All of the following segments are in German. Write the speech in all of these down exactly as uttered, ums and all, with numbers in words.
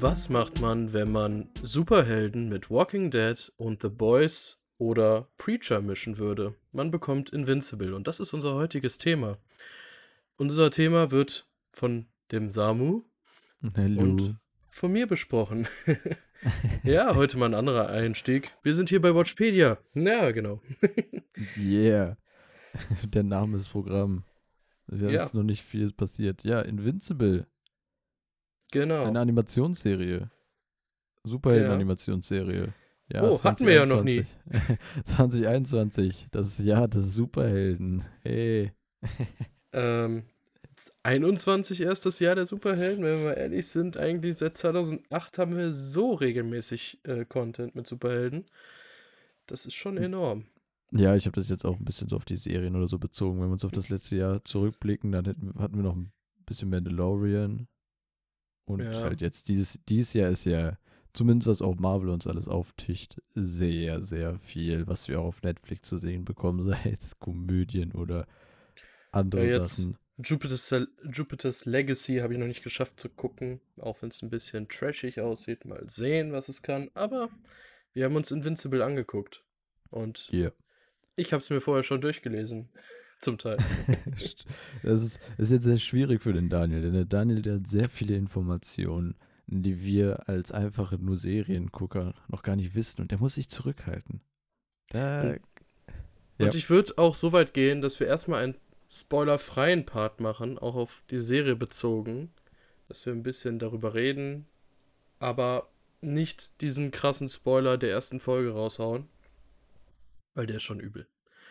Was macht man, wenn man Superhelden mit Walking Dead und The Boys oder Preacher mischen würde? Man bekommt Invincible und das ist unser heutiges Thema. Unser Thema wird von dem Samu Hallo. und von mir besprochen. Ja, heute mal ein anderer Einstieg. Wir sind hier bei Watchpedia. Ja, genau. Yeah. Der Name ist Programm. Ja, Ja, ist noch nicht viel passiert. Ja, Invincible. genau. Eine Animationsserie. Ja. Superhelden-Animationsserie. Ja, Oh, hatten wir ja noch nie. zwanzig einundzwanzig. zwanzig einundzwanzig. Das Jahr des Superhelden. Hey. Ähm, einundzwanzig erst das Jahr der Superhelden, wenn wir mal ehrlich sind. Eigentlich seit zweitausendacht haben wir so regelmäßig äh, Content mit Superhelden. Das ist schon enorm. Ja, ich habe das jetzt auch ein bisschen so auf die Serien oder so bezogen. Wenn wir uns auf das letzte Jahr zurückblicken, dann hätten, hatten wir noch ein bisschen Mandalorian. Und Ja. halt jetzt, dieses, dieses Jahr ist ja, zumindest was auch Marvel uns alles auftischt, sehr, sehr viel, was wir auch auf Netflix zu sehen bekommen, sei es Komödien oder Ja, andere jetzt Sachen. Jupiter's, Jupiter's Legacy habe ich noch nicht geschafft zu gucken, auch wenn es ein bisschen trashig aussieht. Mal sehen, was es kann. Aber wir haben uns Invincible angeguckt. Und Ja. ich habe es mir vorher schon durchgelesen. Zum Teil. Das ist, das ist jetzt sehr schwierig für den Daniel, denn der Daniel, der hat sehr viele Informationen, die wir als einfache nur Seriengucker noch gar nicht wissen, und der muss sich zurückhalten. Da, Und, ja, und ich würde auch so weit gehen, dass wir erstmal einen spoilerfreien Part machen, auch auf die Serie bezogen. Dass wir ein bisschen darüber reden, aber nicht diesen krassen Spoiler der ersten Folge raushauen, weil der ist schon übel.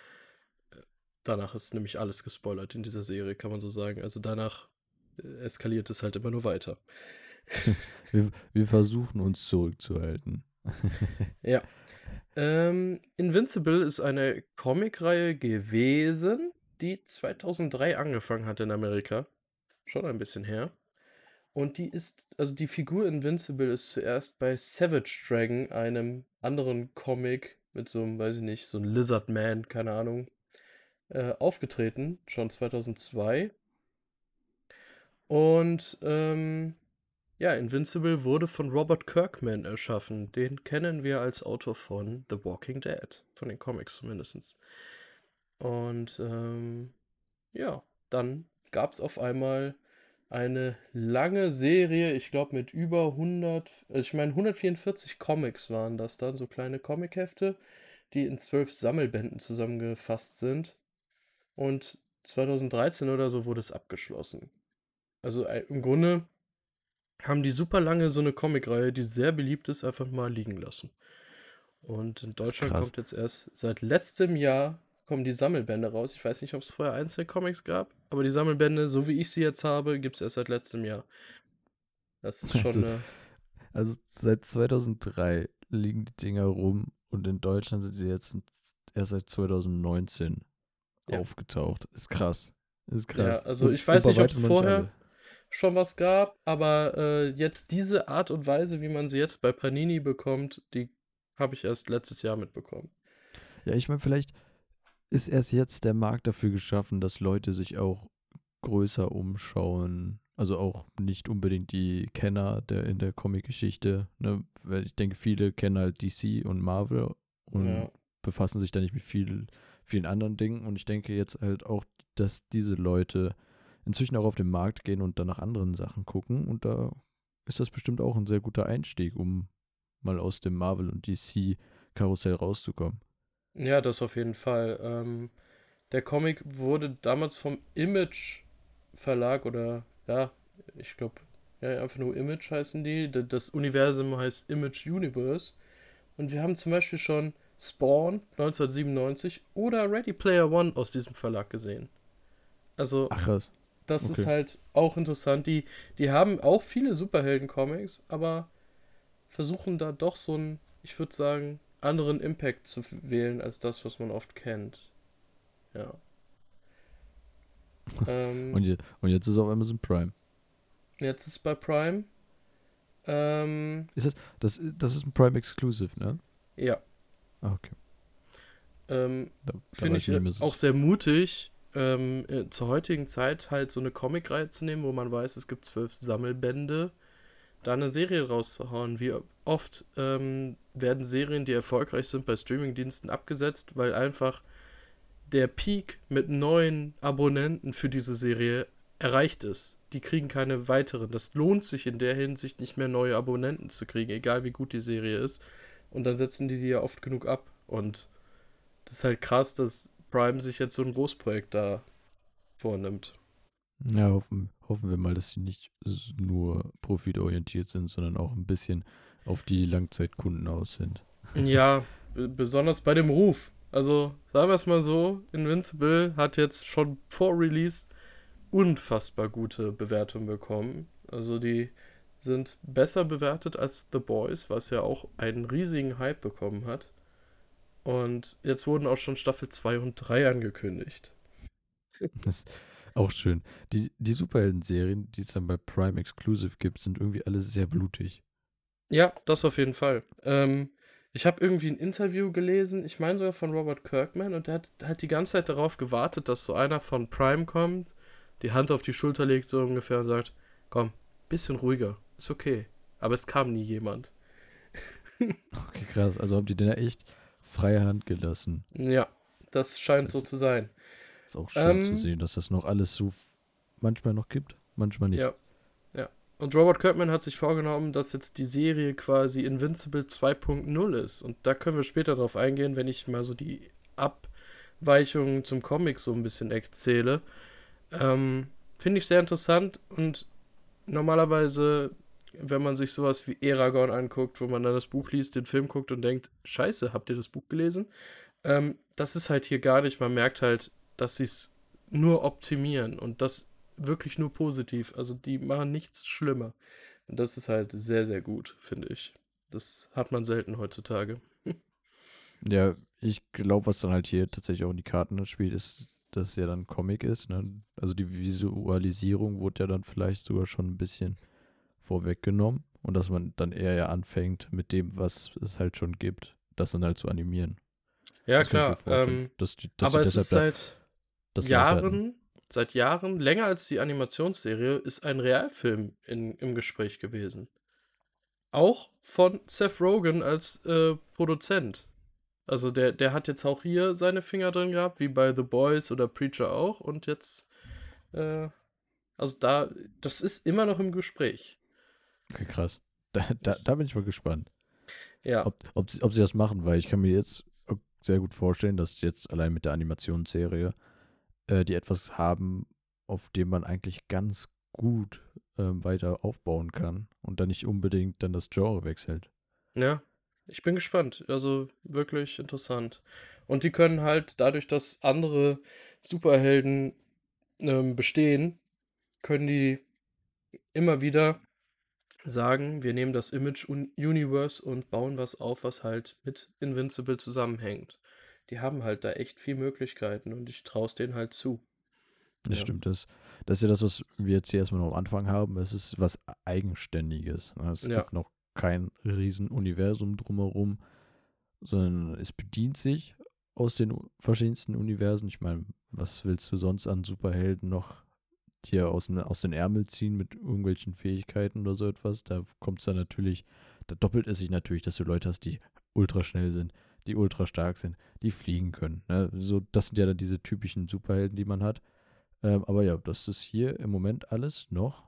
Danach ist nämlich alles gespoilert in dieser Serie, kann man so sagen. Also danach äh, eskaliert es halt immer nur weiter. wir, wir versuchen uns zurückzuhalten. Ja. Ähm, Invincible ist eine Comicreihe gewesen, die zweitausenddrei angefangen hat in Amerika. Schon ein bisschen her. Und die ist, also die Figur Invincible ist zuerst bei Savage Dragon, einem anderen Comic mit so einem, weiß ich nicht, so einem Lizard Man, keine Ahnung, äh, aufgetreten, schon zweitausendzwei. Und ähm, ja, Invincible wurde von Robert Kirkman erschaffen. Den kennen wir als Autor von The Walking Dead, von den Comics zumindest. Und ähm, ja, dann gab es auf einmal eine lange Serie, ich glaube mit über hundert, also ich meine hundertvierundvierzig Comics waren das dann, so kleine Comichefte, die in zwölf Sammelbänden zusammengefasst sind. Und zweitausenddreizehn oder so wurde es abgeschlossen. Also äh, im Grunde haben die super lange so eine Comicreihe, die sehr beliebt ist, einfach mal liegen lassen. Und in Das ist Deutschland krass. kommt jetzt erst seit letztem Jahr kommen die Sammelbände raus. Ich weiß nicht, ob es vorher Einzelcomics gab, aber die Sammelbände, so wie ich sie jetzt habe, gibt es erst seit letztem Jahr. Das ist schon Also, eine. also seit zweitausenddrei liegen die Dinger rum, und in Deutschland sind sie jetzt erst seit zweitausendneunzehn Ja. aufgetaucht. Ist krass. Ist Ja, krass. also Und, ich und weiß bei nicht, ob es weitem noch nicht alle. vorher schon was gab, aber äh, jetzt diese Art und Weise, wie man sie jetzt bei Panini bekommt, die habe ich erst letztes Jahr mitbekommen. Ja, ich meine, vielleicht ist erst jetzt der Markt dafür geschaffen, dass Leute sich auch größer umschauen. Also auch nicht unbedingt die Kenner der in der Comic-Geschichte. Ne? Weil ich denke, viele kennen halt D C und Marvel und Ja. befassen sich da nicht mit viel, vielen anderen Dingen. Und ich denke jetzt halt auch, dass diese Leute inzwischen auch auf den Markt gehen und dann nach anderen Sachen gucken. Und da ist das bestimmt auch ein sehr guter Einstieg, um mal aus dem Marvel- und D C-Karussell rauszukommen. Ja, das auf jeden Fall. Ähm, der Comic wurde damals vom Image Verlag oder ja, ich glaube, ja, einfach nur Image heißen die. D- Das Universum heißt Image Universe. Und wir haben zum Beispiel schon Spawn neunzehnhundertsiebenundneunzig oder Ready Player One aus diesem Verlag gesehen. Also, Ach krass, das ist okay. halt auch interessant. Die, die haben auch viele Superhelden-Comics, aber versuchen da doch so einen, ich würde sagen, anderen Impact zu wählen als das, was man oft kennt. Ja. Ähm, Und, je, und jetzt ist es auf Amazon Prime. jetzt ist bei Prime. Ähm, Ist das, das, das ist ein Prime Exclusive, ne? ja. Ah, okay. Ähm, Da, da Finde war ich ich mir äh, nicht mehr so. auch sehr mutig, ähm, äh, zur heutigen Zeit halt so eine Comicreihe zu nehmen, wo man weiß, es gibt zwölf Sammelbände. da eine Serie rauszuhauen. Wie oft ähm, werden Serien, die erfolgreich sind bei Streamingdiensten, abgesetzt, weil einfach der Peak mit neuen Abonnenten für diese Serie erreicht ist. Die kriegen keine weiteren. Das lohnt sich in der Hinsicht nicht mehr, neue Abonnenten zu kriegen, egal wie gut die Serie ist. Und dann setzen die die ja oft genug ab. Und das ist halt krass, dass Prime sich jetzt so ein Großprojekt da vornimmt. Ja, hoffen, hoffen wir mal, dass sie nicht s- nur profitorientiert sind, sondern auch ein bisschen auf die Langzeitkunden aus sind. Ja, b- besonders bei dem Ruf. Also, sagen wir es mal so, Invincible hat jetzt schon vor Release unfassbar gute Bewertungen bekommen. Also die sind besser bewertet als The Boys, was ja auch einen riesigen Hype bekommen hat. Und jetzt wurden auch schon Staffel zwei und drei angekündigt. Das ist auch schön. Die, die Superhelden-Serien, die es dann bei Prime Exclusive gibt, sind irgendwie alle sehr blutig. Ja, das auf jeden Fall. Ähm, ich habe irgendwie ein Interview gelesen, ich meine sogar von Robert Kirkman, und der hat halt die ganze Zeit darauf gewartet, dass so einer von Prime kommt, die Hand auf die Schulter legt, so ungefähr, und sagt, komm, bisschen ruhiger, ist okay. Aber es kam nie jemand. Okay, krass. Also haben die denn echt freie Hand gelassen. Ja, das scheint so Das zu sein. ist auch schön zu Ähm, sehen, dass das noch alles so f- manchmal noch gibt, manchmal nicht. ja, ja. Und Robert Kirkman hat sich vorgenommen, dass jetzt die Serie quasi Invincible zwei Punkt null ist. Und da können wir später drauf eingehen, wenn ich mal so die Abweichungen zum Comic so ein bisschen erzähle. Ähm, Finde ich sehr interessant, und normalerweise, wenn man sich sowas wie Eragon anguckt, wo man dann das Buch liest, den Film guckt und denkt, Scheiße, habt ihr das Buch gelesen? Ähm, das ist halt hier gar nicht. Man merkt halt, dass sie es nur optimieren, und das wirklich nur positiv. Also die machen nichts schlimmer. Und das ist halt sehr, sehr gut, finde ich. Das hat man selten heutzutage. Ja, ich glaube, was dann halt hier tatsächlich auch in die Karten spielt, ist, dass es ja dann Comic ist. Ne? Also die Visualisierung wurde ja dann vielleicht sogar schon ein bisschen vorweggenommen und dass man dann eher ja anfängt mit dem, was es halt schon gibt, das dann halt zu animieren. Ja, Das kann ich mir klar. vorstellen, Ähm, dass die, dass sie aber es deshalb ist da seit das leichter hatten. Jahren, seit Jahren, länger als die Animationsserie, ist ein Realfilm in, im Gespräch gewesen. Auch von Seth Rogen als äh, Produzent. Also der, der hat jetzt auch hier seine Finger drin gehabt, wie bei The Boys oder Preacher auch. Und jetzt, äh, also da, das ist immer noch im Gespräch. Okay, krass. Da, da, da bin ich mal gespannt, Ja, ob, ob, sie, ob sie das machen, weil ich kann mir jetzt auch sehr gut vorstellen, dass jetzt allein mit der Animationsserie äh, die etwas haben, auf dem man eigentlich ganz gut ähm, weiter aufbauen kann und dann nicht unbedingt dann das Genre wechselt. ja. Ich bin gespannt. Also wirklich interessant. Und die können halt dadurch, dass andere Superhelden ähm, bestehen, können die immer wieder sagen, wir nehmen das Image Un Universe und bauen was auf, was halt mit Invincible zusammenhängt. Die haben halt da echt viel Möglichkeiten, und ich traue es denen halt zu. Das Ja. stimmt, das, das ist ja das, was wir jetzt hier erstmal noch am Anfang haben. Es ist was Eigenständiges. Ne? Es Ja. gibt noch kein Riesenuniversum drumherum, sondern es bedient sich aus den u- verschiedensten Universen. Ich meine, was willst du sonst an Superhelden noch dir aus, dem, aus den Ärmel ziehen mit irgendwelchen Fähigkeiten oder so etwas? Da kommt es dann natürlich, da doppelt es sich natürlich, dass du Leute hast, die ultra schnell sind, die ultra stark sind, die fliegen können. Ne? So, das sind ja dann diese typischen Superhelden, die man hat. Ähm, aber ja, das ist hier im Moment alles noch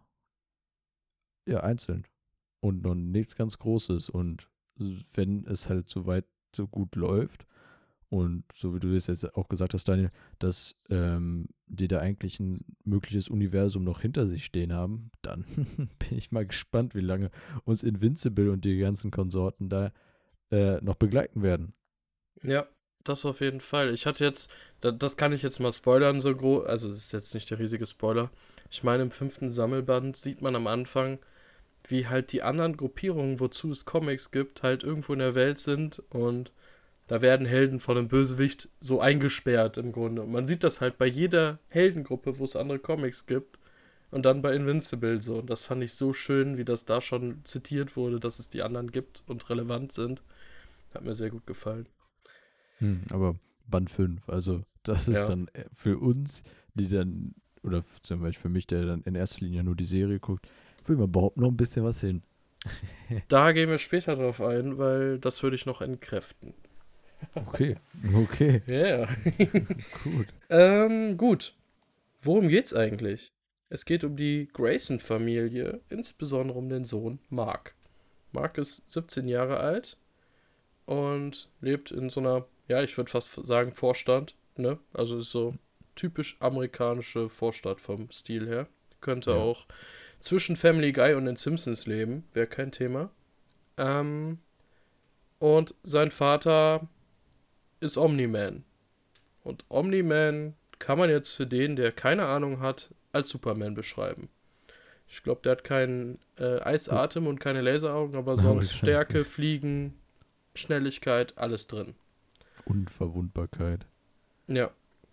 ja, einzeln und noch nichts ganz Großes. Und s- wenn es halt so weit so gut läuft und so wie du es jetzt auch gesagt hast, Daniel, dass ähm, die da eigentlich ein mögliches Universum noch hinter sich stehen haben, dann bin ich mal gespannt, wie lange uns Invincible und die ganzen Konsorten da äh, noch begleiten werden. Ja, das auf jeden Fall. Ich hatte jetzt, da, das kann ich jetzt mal spoilern, so groß, also das ist jetzt nicht der riesige Spoiler. Ich meine, im fünften Sammelband sieht man am Anfang, wie halt die anderen Gruppierungen, wozu es Comics gibt, halt irgendwo in der Welt sind, und da werden Helden von einem Bösewicht so eingesperrt im Grunde. Und man sieht das halt bei jeder Heldengruppe, wo es andere Comics gibt. Und dann bei Invincible so. Und das fand ich so schön, wie das da schon zitiert wurde, dass es die anderen gibt und relevant sind. Hat mir sehr gut gefallen. Hm, aber Band fünf, also das ist Ja. dann äh, für uns, die dann, oder f- zum Beispiel für mich, der dann in erster Linie nur die Serie guckt, will man überhaupt noch ein bisschen was hin. Da gehen wir später drauf ein, weil das würde ich noch entkräften. Okay, okay, Ja. gut. ähm, gut. Worum geht's eigentlich? Es geht um die Grayson-Familie, insbesondere um den Sohn Mark. Mark ist siebzehn Jahre alt und lebt in so einer, ja, ich würde fast sagen Vorstadt, ne? Also ist so typisch amerikanische Vorstadt vom Stil her. Könnte Ja. auch zwischen Family Guy und den Simpsons leben, wäre kein Thema. Ähm, und sein Vater ist Omni-Man. Und Omni-Man kann man jetzt für den, der keine Ahnung hat, als Superman beschreiben. Ich glaube, der hat keinen äh, Oh, Eisatem und keine Laseraugen, aber aber sonst ich sag, Stärke, Fliegen, Schnelligkeit, alles drin. Unverwundbarkeit. Ja.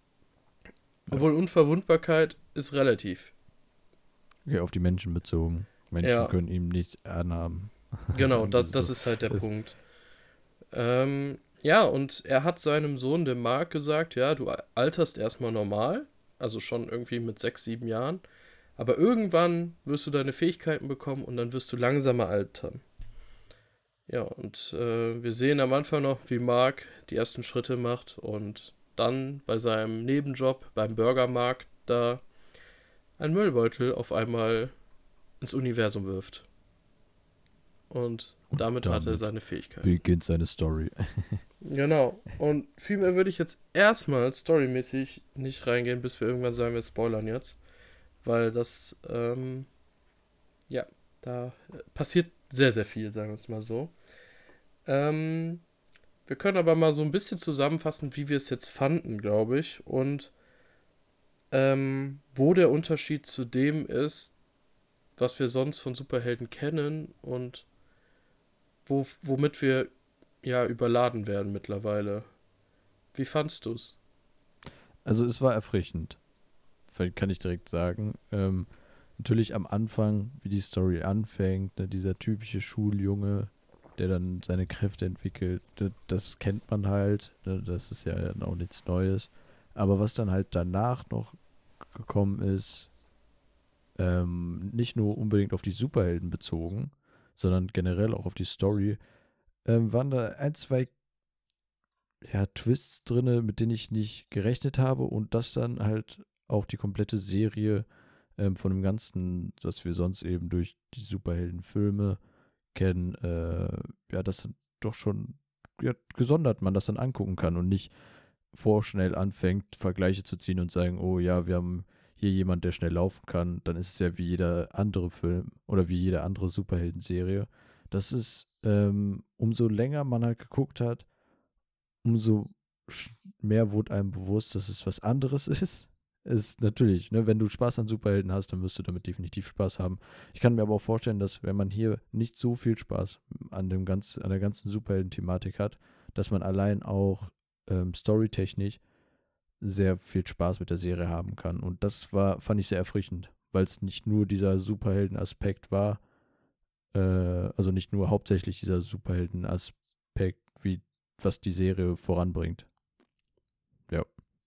Ja. Obwohl Unverwundbarkeit ist relativ. Okay, auf die Menschen bezogen. Menschen Ja, können ihm nicht anhaben. genau, Sagen wir da, es das so. ist halt der Das, Punkt. Ähm, ja, und er hat seinem Sohn, dem Mark, gesagt, ja, du alterst erstmal normal, also schon irgendwie mit sechs, sieben Jahren, aber irgendwann wirst du deine Fähigkeiten bekommen und dann wirst du langsamer altern. Ja, und äh, wir sehen am Anfang noch, wie Mark die ersten Schritte macht und dann bei seinem Nebenjob beim Burgermarkt da einen Müllbeutel auf einmal ins Universum wirft. Und und damit hat er damit seine Fähigkeiten. beginnt seine Story. Genau. Und viel mehr würde ich jetzt erstmal storymäßig nicht reingehen, bis wir irgendwann sagen, wir spoilern jetzt. Weil das, ähm, ja, da passiert sehr, sehr viel, sagen wir es mal so. Ähm, wir können aber mal so ein bisschen zusammenfassen, wie wir es jetzt fanden, glaube ich. Und ähm, wo der Unterschied zu dem ist, was wir sonst von Superhelden kennen und wo, womit wir ja überladen werden mittlerweile. Wie fandst du's? Also es war erfrischend. Vielleicht kann ich direkt sagen. Ähm, natürlich am Anfang, wie die Story anfängt, ne, dieser typische Schuljunge, der dann seine Kräfte entwickelt, ne, das kennt man halt. Ne, das ist ja auch nichts Neues. Aber was dann halt danach noch gekommen ist, ähm, nicht nur unbedingt auf die Superhelden bezogen, sondern generell auch auf die Story, ähm, waren da ein, zwei ja, Twists drin, mit denen ich nicht gerechnet habe und das dann halt auch die komplette Serie ähm, von dem Ganzen, das wir sonst eben durch die Superheldenfilme kennen, äh, ja, das dann doch schon ja, gesondert man das dann angucken kann und nicht vorschnell anfängt, Vergleiche zu ziehen und sagen, oh ja, wir haben hier jemand, der schnell laufen kann, dann ist es ja wie jeder andere Film oder wie jede andere Superhelden-Serie. Das ist, ähm, umso länger man halt geguckt hat, umso mehr wurde einem bewusst, dass es was anderes ist. Ist natürlich, ne, wenn du Spaß an Superhelden hast, dann wirst du damit definitiv Spaß haben. Ich kann mir aber auch vorstellen, dass wenn man hier nicht so viel Spaß an dem ganz, an der ganzen Superhelden-Thematik hat, dass man allein auch ähm, storytechnisch sehr viel Spaß mit der Serie haben kann. Und das war, fand ich sehr erfrischend, weil es nicht nur dieser Superhelden-Aspekt war, äh, also nicht nur hauptsächlich dieser Superhelden-Aspekt, wie was die Serie voranbringt. Ja.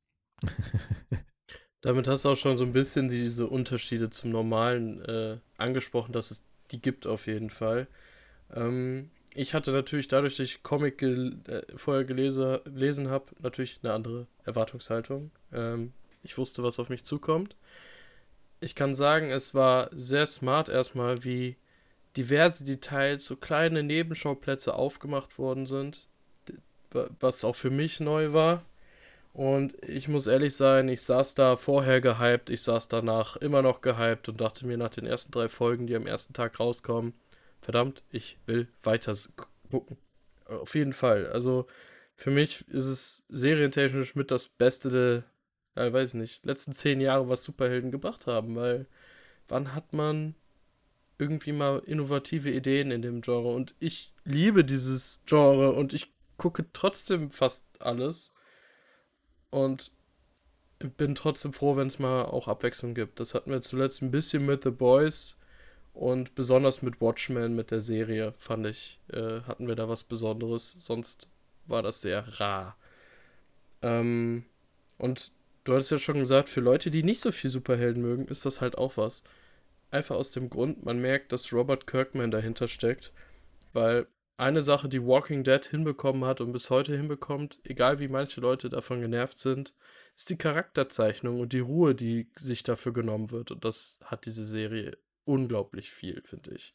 Damit hast du auch schon so ein bisschen diese Unterschiede zum Normalen äh, angesprochen, dass es die gibt auf jeden Fall. Ähm, ich hatte natürlich dadurch, dass ich Comic gel äh, vorher gelese, gelesen habe, natürlich eine andere Erwartungshaltung. Ähm, ich wusste, was auf mich zukommt. Ich kann sagen, es war sehr smart erstmal, wie diverse Details, so kleine Nebenschauplätze aufgemacht worden sind, was auch für mich neu war. Und ich muss ehrlich sein, ich saß da vorher gehypt, ich saß danach immer noch gehypt und dachte mir nach den ersten drei Folgen, die am ersten Tag rauskommen, verdammt, ich will weiter gucken. Auf jeden Fall. Also für mich ist es serientechnisch mit das Beste der, äh, weiß ich nicht, letzten zehn Jahre, was Superhelden gebracht haben, weil wann hat man irgendwie mal innovative Ideen in dem Genre? Und ich liebe dieses Genre und ich gucke trotzdem fast alles. Und bin trotzdem froh, wenn es mal auch Abwechslung gibt. Das hatten wir zuletzt ein bisschen mit The Boys und besonders mit Watchmen, mit der Serie, fand ich, äh, hatten wir da was Besonderes. Sonst war das sehr rar. Ähm, und du hattest ja schon gesagt, für Leute, die nicht so viel Superhelden mögen, ist das halt auch was. Einfach aus dem Grund, man merkt, dass Robert Kirkman dahinter steckt, weil eine Sache, die Walking Dead hinbekommen hat und bis heute hinbekommt, egal wie manche Leute davon genervt sind, ist die Charakterzeichnung und die Ruhe, die sich dafür genommen wird. Und das hat diese Serie unglaublich viel, finde ich.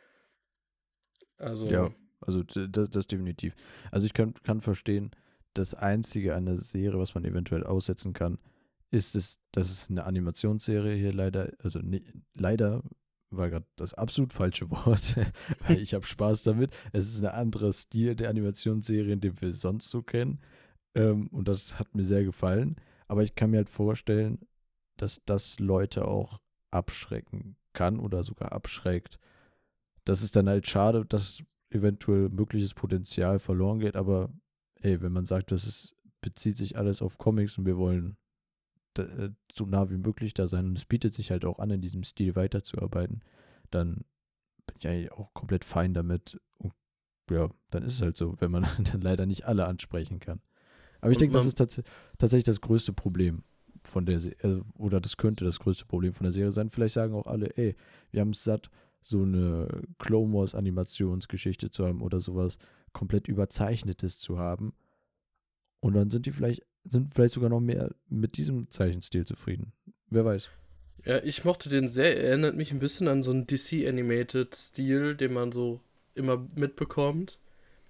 Ja, Also, also d- das, das definitiv. Also ich kann, kann verstehen, das Einzige an der Serie, was man eventuell aussetzen kann, ist es, dass es eine Animationsserie hier leider, also ne, leider war gerade das absolut falsche Wort, weil ich habe Spaß damit. Es ist ein anderer Stil der Animationsserien, den wir sonst so kennen. Ähm, und das hat mir sehr gefallen. Aber ich kann mir halt vorstellen, dass das Leute auch abschrecken kann oder sogar abschreckt. Das ist dann halt schade, dass eventuell mögliches Potenzial verloren geht, aber ey, wenn man sagt, das ist, bezieht sich alles auf Comics und wir wollen da, äh, so nah wie möglich da sein und es bietet sich halt auch an, in diesem Stil weiterzuarbeiten, dann bin ich eigentlich auch komplett fein damit. Und ja, dann ist es halt so, wenn man dann leider nicht alle ansprechen kann. Aber ich und denke, das man, ist tats tatsächlich das größte Problem von der Serie, äh, oder das könnte das größte Problem von der Serie sein. Vielleicht sagen auch alle, ey, wir haben es satt, so eine Clone Wars Animationsgeschichte zu haben oder sowas komplett überzeichnetes zu haben. Und dann sind die vielleicht, sind vielleicht sogar noch mehr mit diesem Zeichenstil zufrieden. Wer weiß. ja, ich mochte den sehr, er erinnert mich ein bisschen an so einen D C-Animated-Stil, den man so immer mitbekommt.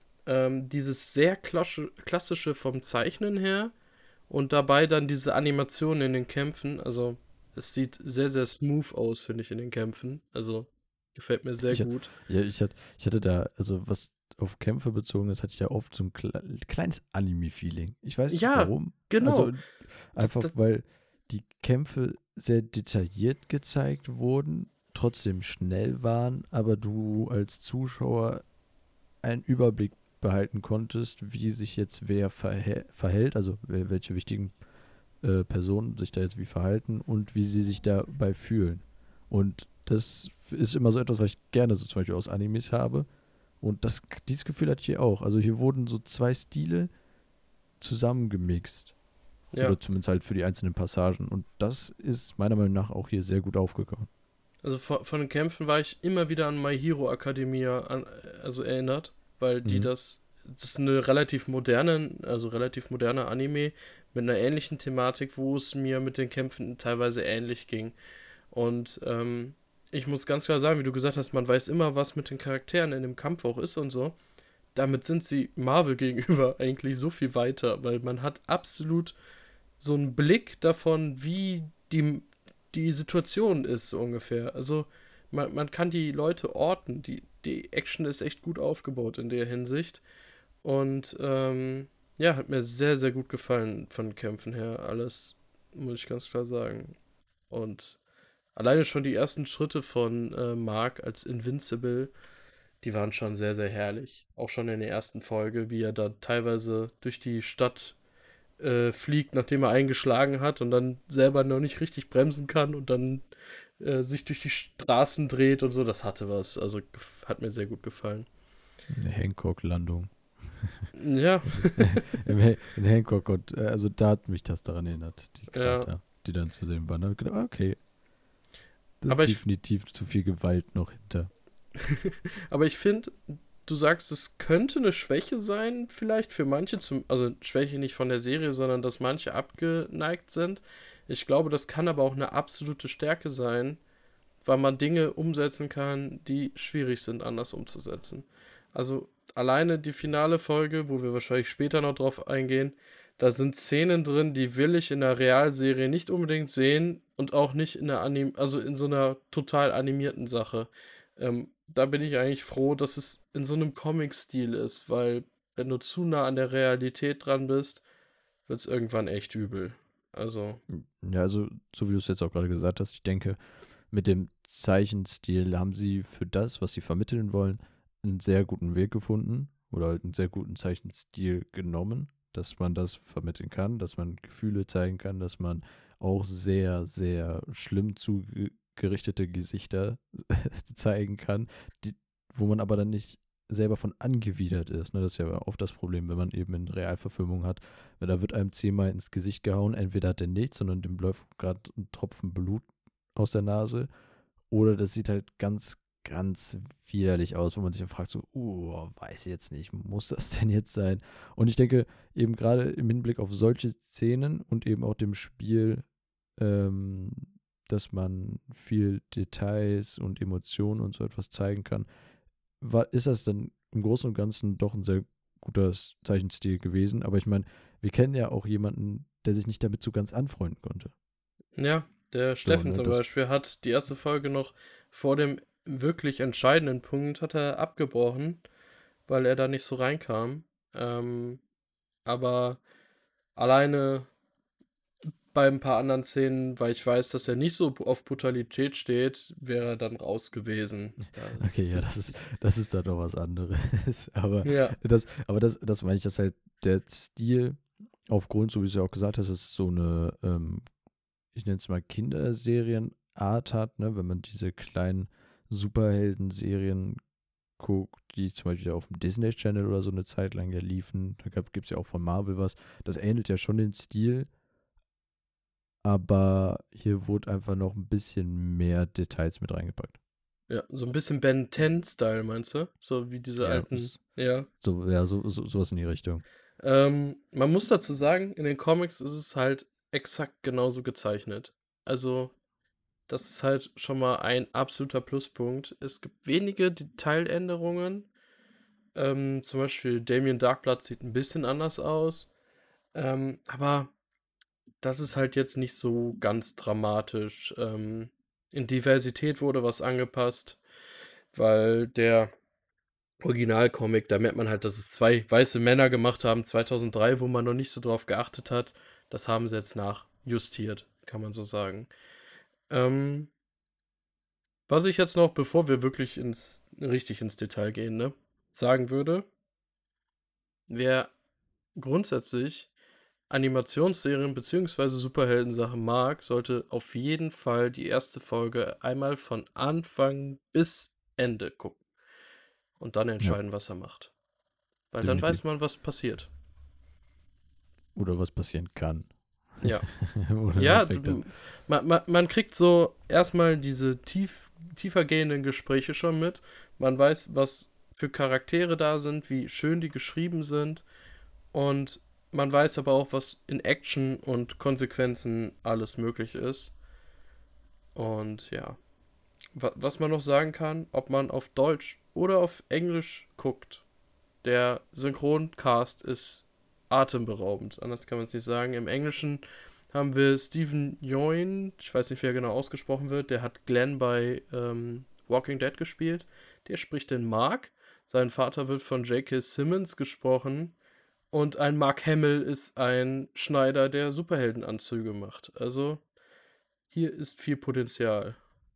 Ähm, dieses sehr klassische, klassische vom Zeichnen her und dabei dann diese Animation in den Kämpfen. Also, es sieht sehr, sehr smooth aus, finde ich, in den Kämpfen. Also, gefällt mir sehr Ich, gut. ja, ich, hatte, ich hatte da, also was auf Kämpfe bezogen ist, hatte ich da oft so ein kle kleines Anime-Feeling. Ich weiß nicht Ja, warum. genau. Also D einfach, d weil die Kämpfe sehr detailliert gezeigt wurden, trotzdem schnell waren, aber du als Zuschauer einen Überblick behalten konntest, wie sich jetzt wer verhä verhält, also wel- welche wichtigen äh, Personen sich da jetzt wie verhalten und wie sie sich dabei fühlen. Und das ist immer so etwas, was ich gerne so zum Beispiel aus Animes habe. Und das, dieses Gefühl hatte ich hier auch. Also hier wurden so zwei Stile zusammengemixt. ja. Oder zumindest halt für die einzelnen Passagen. Und das ist meiner Meinung nach auch hier sehr gut aufgegangen. Also von, von den Kämpfen war ich immer wieder an My Hero Academia an, also erinnert, weil die Mhm. das, das ist eine relativ moderne, also relativ moderner Anime mit einer ähnlichen Thematik, wo es mir mit den Kämpfen teilweise ähnlich ging. Und ähm, ich muss ganz klar sagen, wie du gesagt hast, man weiß immer, was mit den Charakteren in dem Kampf auch ist und so. Damit sind sie Marvel gegenüber eigentlich so viel weiter, weil man hat absolut so einen Blick davon, wie die, die Situation ist, so ungefähr. Also man, man kann die Leute orten. Die, die Action ist echt gut aufgebaut in der Hinsicht. Und ähm, ja, hat mir sehr, sehr gut gefallen von Kämpfen her. Alles, muss ich ganz klar sagen. Und alleine schon die ersten Schritte von äh, Mark als Invincible, die waren schon sehr, sehr herrlich. Auch schon in der ersten Folge, wie er da teilweise durch die Stadt äh, fliegt, nachdem er eingeschlagen hat und dann selber noch nicht richtig bremsen kann und dann äh, sich durch die Straßen dreht und so. Das hatte was. Also hat mir sehr gut gefallen. Eine Hancock-Landung. Ja, Also im Ha- in Hancock und äh, also da hat mich das daran erinnert, die ja. Krater, die dann zu sehen waren. Da hab ich gedacht, okay, das Aber ist ich, definitiv zu viel Gewalt noch hinter. aber ich finde, du sagst, es könnte eine Schwäche sein, vielleicht für manche, zum, also Schwäche nicht von der Serie, sondern dass manche abgeneigt sind. Ich glaube, das kann aber auch eine absolute Stärke sein, weil man Dinge umsetzen kann, die schwierig sind, anders umzusetzen. Also alleine die finale Folge, wo wir wahrscheinlich später noch drauf eingehen, da sind Szenen drin, die will ich in der Realserie nicht unbedingt sehen und auch nicht in der Anim also in so einer total animierten Sache. Ähm, da bin ich eigentlich froh, dass es in so einem Comic-Stil ist, weil wenn du zu nah an der Realität dran bist, wird es irgendwann echt übel. Also, Ja, also so wie du es jetzt auch gerade gesagt hast, ich denke, mit dem Zeichenstil haben sie für das, was sie vermitteln wollen, einen sehr guten Weg gefunden oder halt einen sehr guten Zeichenstil genommen, dass man das vermitteln kann, dass man Gefühle zeigen kann, dass man auch sehr, sehr schlimm zugerichtete Gesichter zeigen kann, die, wo man aber dann nicht selber von angewidert ist. Ne? Das ist ja oft das Problem, wenn man eben in Realverfilmung hat. Weil da wird einem zehnmal ins Gesicht gehauen, entweder hat er nichts, sondern dem läuft gerade ein Tropfen Blut aus der Nase Oder das sieht halt ganz, ganz widerlich aus, wo man sich dann fragt, so, uh, weiß ich jetzt nicht, muss das denn jetzt sein? Und ich denke, eben gerade im Hinblick auf solche Szenen und eben auch dem Spiel, ähm, dass man viel Details und Emotionen und so etwas zeigen kann, war, ist das dann im Großen und Ganzen doch ein sehr guter Zeichenstil gewesen. Aber ich meine, wir kennen ja auch jemanden, der sich nicht damit so ganz anfreunden konnte. Ja, der So, Steffen ne, zum das, Beispiel hat die erste Folge noch vor dem wirklich entscheidenden Punkt hat er abgebrochen, weil er da nicht so reinkam. Ähm, aber alleine bei ein paar anderen Szenen, weil ich weiß, dass er nicht so auf Brutalität steht, wäre er dann raus gewesen. Da okay, ja, sind das ist, sich- das ist dann noch was anderes. Aber Ja, das, aber das, das meine ich, dass halt der Stil aufgrund, so wie du es ja auch gesagt hast, dass es so eine, ähm, ich nenne es mal Kinderserienart hat, ne, wenn man diese kleinen Superhelden-Serien guckt, die zum Beispiel auf dem Disney Channel oder so eine Zeit lang ja liefen. Da gibt es ja auch von Marvel was. Das ähnelt ja schon dem Stil, aber hier wurde einfach noch ein bisschen mehr Details mit reingepackt. ja, so ein bisschen Ben zehn-Style, meinst du? So wie diese Ja, alten, s- ja. so, ja, so, so, sowas in die Richtung. Ähm, man muss dazu sagen, in den Comics ist es halt exakt genauso gezeichnet. Also, das ist halt schon mal ein absoluter Pluspunkt. Es gibt wenige Detailänderungen. Ähm, zum Beispiel Damien Darkblood sieht ein bisschen anders aus. Ähm, aber das ist halt jetzt nicht so ganz dramatisch. Ähm, in Diversität wurde was angepasst, weil der Originalcomic, da merkt man halt, dass es zwei weiße Männer gemacht haben, zweitausenddrei, wo man noch nicht so drauf geachtet hat. Das haben sie jetzt nachjustiert, kann man so sagen. Ähm, was ich jetzt noch, bevor wir wirklich ins, richtig ins Detail gehen, ne, sagen würde, wer grundsätzlich Animationsserien bzw. Superheldensachen mag, sollte auf jeden Fall die erste Folge einmal von Anfang bis Ende gucken und dann Ja, entscheiden, was er macht. Weil dann definitiv. weiß man, was passiert. Oder was passieren kann. Ja. Oder im Ja, Endeffekt dann. du, man, man, man kriegt so erstmal diese tief, tiefer gehenden Gespräche schon mit. Man weiß, was für Charaktere da sind, wie schön die geschrieben sind. Und man weiß aber auch, was in Action und Konsequenzen alles möglich ist. Und ja, wa- was man noch sagen kann, ob man auf Deutsch oder auf Englisch guckt, der Synchroncast ist atemberaubend. Anders kann man es nicht sagen. Im Englischen haben wir Stephen Yeun, ich weiß nicht, wie er genau ausgesprochen wird, der hat Glenn bei ähm, Walking Dead gespielt. Der spricht den Mark. Sein Vater wird von J K. Simmons gesprochen. Und ein Mark Hamill ist ein Schneider, der Superheldenanzüge macht. Also hier ist viel Potenzial.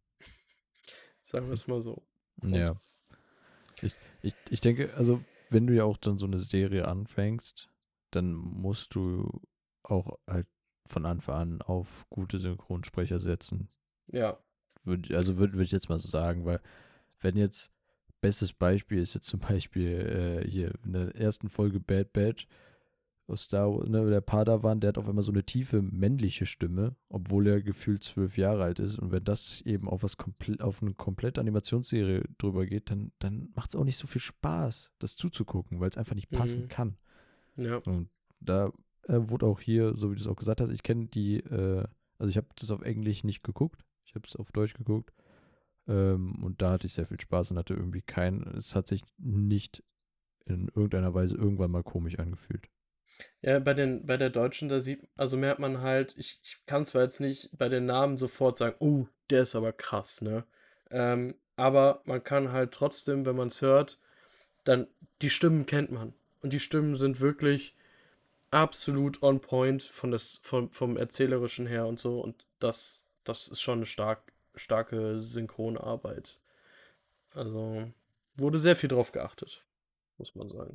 Sagen wir es mal so. Und Ja. Ich, ich, ich denke, also, wenn du ja auch dann so eine Serie anfängst, dann musst du auch halt von Anfang an auf gute Synchronsprecher setzen. ja. Würd, also würde würd ich jetzt mal so sagen, weil wenn jetzt, bestes Beispiel ist jetzt zum Beispiel äh, hier in der ersten Folge Bad Batch aus Star Wars, ne, der Padawan, der hat auf einmal so eine tiefe männliche Stimme, obwohl er gefühlt zwölf Jahre alt ist. Und wenn das eben auf was komplett, auf eine komplette Animationsserie drüber geht, dann, dann macht es auch nicht so viel Spaß, das zuzugucken, weil es einfach nicht passen Mhm. kann. Ja. Und da äh, wurde auch hier, so wie du es auch gesagt hast, ich kenne die, äh, also ich habe das auf Englisch nicht geguckt, ich habe es auf Deutsch geguckt. Ähm, und da hatte ich sehr viel Spaß und hatte irgendwie kein, es hat sich nicht in irgendeiner Weise irgendwann mal komisch angefühlt. Ja, bei den, bei der Deutschen, da sieht, also merkt man halt, ich, ich kann zwar jetzt nicht bei den Namen sofort sagen, oh, der ist aber krass, ne? Ähm, aber man kann halt trotzdem, wenn man es hört, dann die Stimmen kennt man. Und die Stimmen sind wirklich absolut on point von das, vom, vom Erzählerischen her und so. Und das, das ist schon eine stark, starke Synchronarbeit. Also wurde sehr viel drauf geachtet, muss man sagen.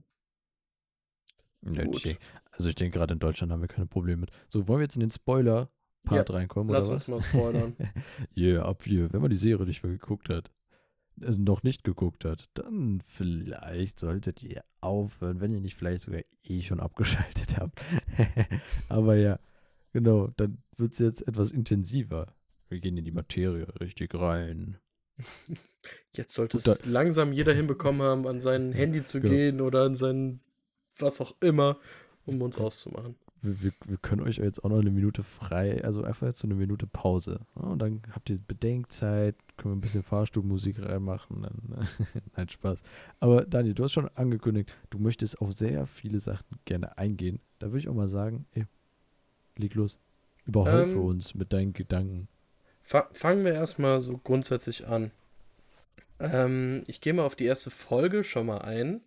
Ja, ich Gut. denk, also ich denke, gerade in Deutschland haben wir keine Probleme mit. So, wollen wir jetzt in den Ja, Spoiler-Part reinkommen, oder lass uns was? mal spoilern. Ja, ab hier. Wenn man die Serie nicht mehr geguckt hat, also noch nicht geguckt hat, dann vielleicht solltet ihr aufhören, wenn ihr nicht vielleicht sogar eh schon abgeschaltet habt. Aber ja, genau, dann wird es jetzt etwas intensiver. Wir gehen in die Materie richtig rein. Jetzt sollte Gut, da, es langsam jeder hinbekommen haben, an sein ja, Handy zu genau. gehen oder an sein was auch immer, um uns auszumachen. Wir, wir, wir können euch jetzt auch noch eine Minute frei, also einfach jetzt so eine Minute Pause. Ja, und dann habt ihr Bedenkzeit, können wir ein bisschen Fahrstuhlmusik reinmachen. Dann, nein, Spaß. Aber Daniel, du hast schon angekündigt, du möchtest auf sehr viele Sachen gerne eingehen. Da würde ich auch mal sagen, ey, leg los. Überhäufe Ähm, uns mit deinen Gedanken. fa fangen wir erstmal so grundsätzlich an. Ähm, ich gehe mal auf die erste Folge schon mal ein.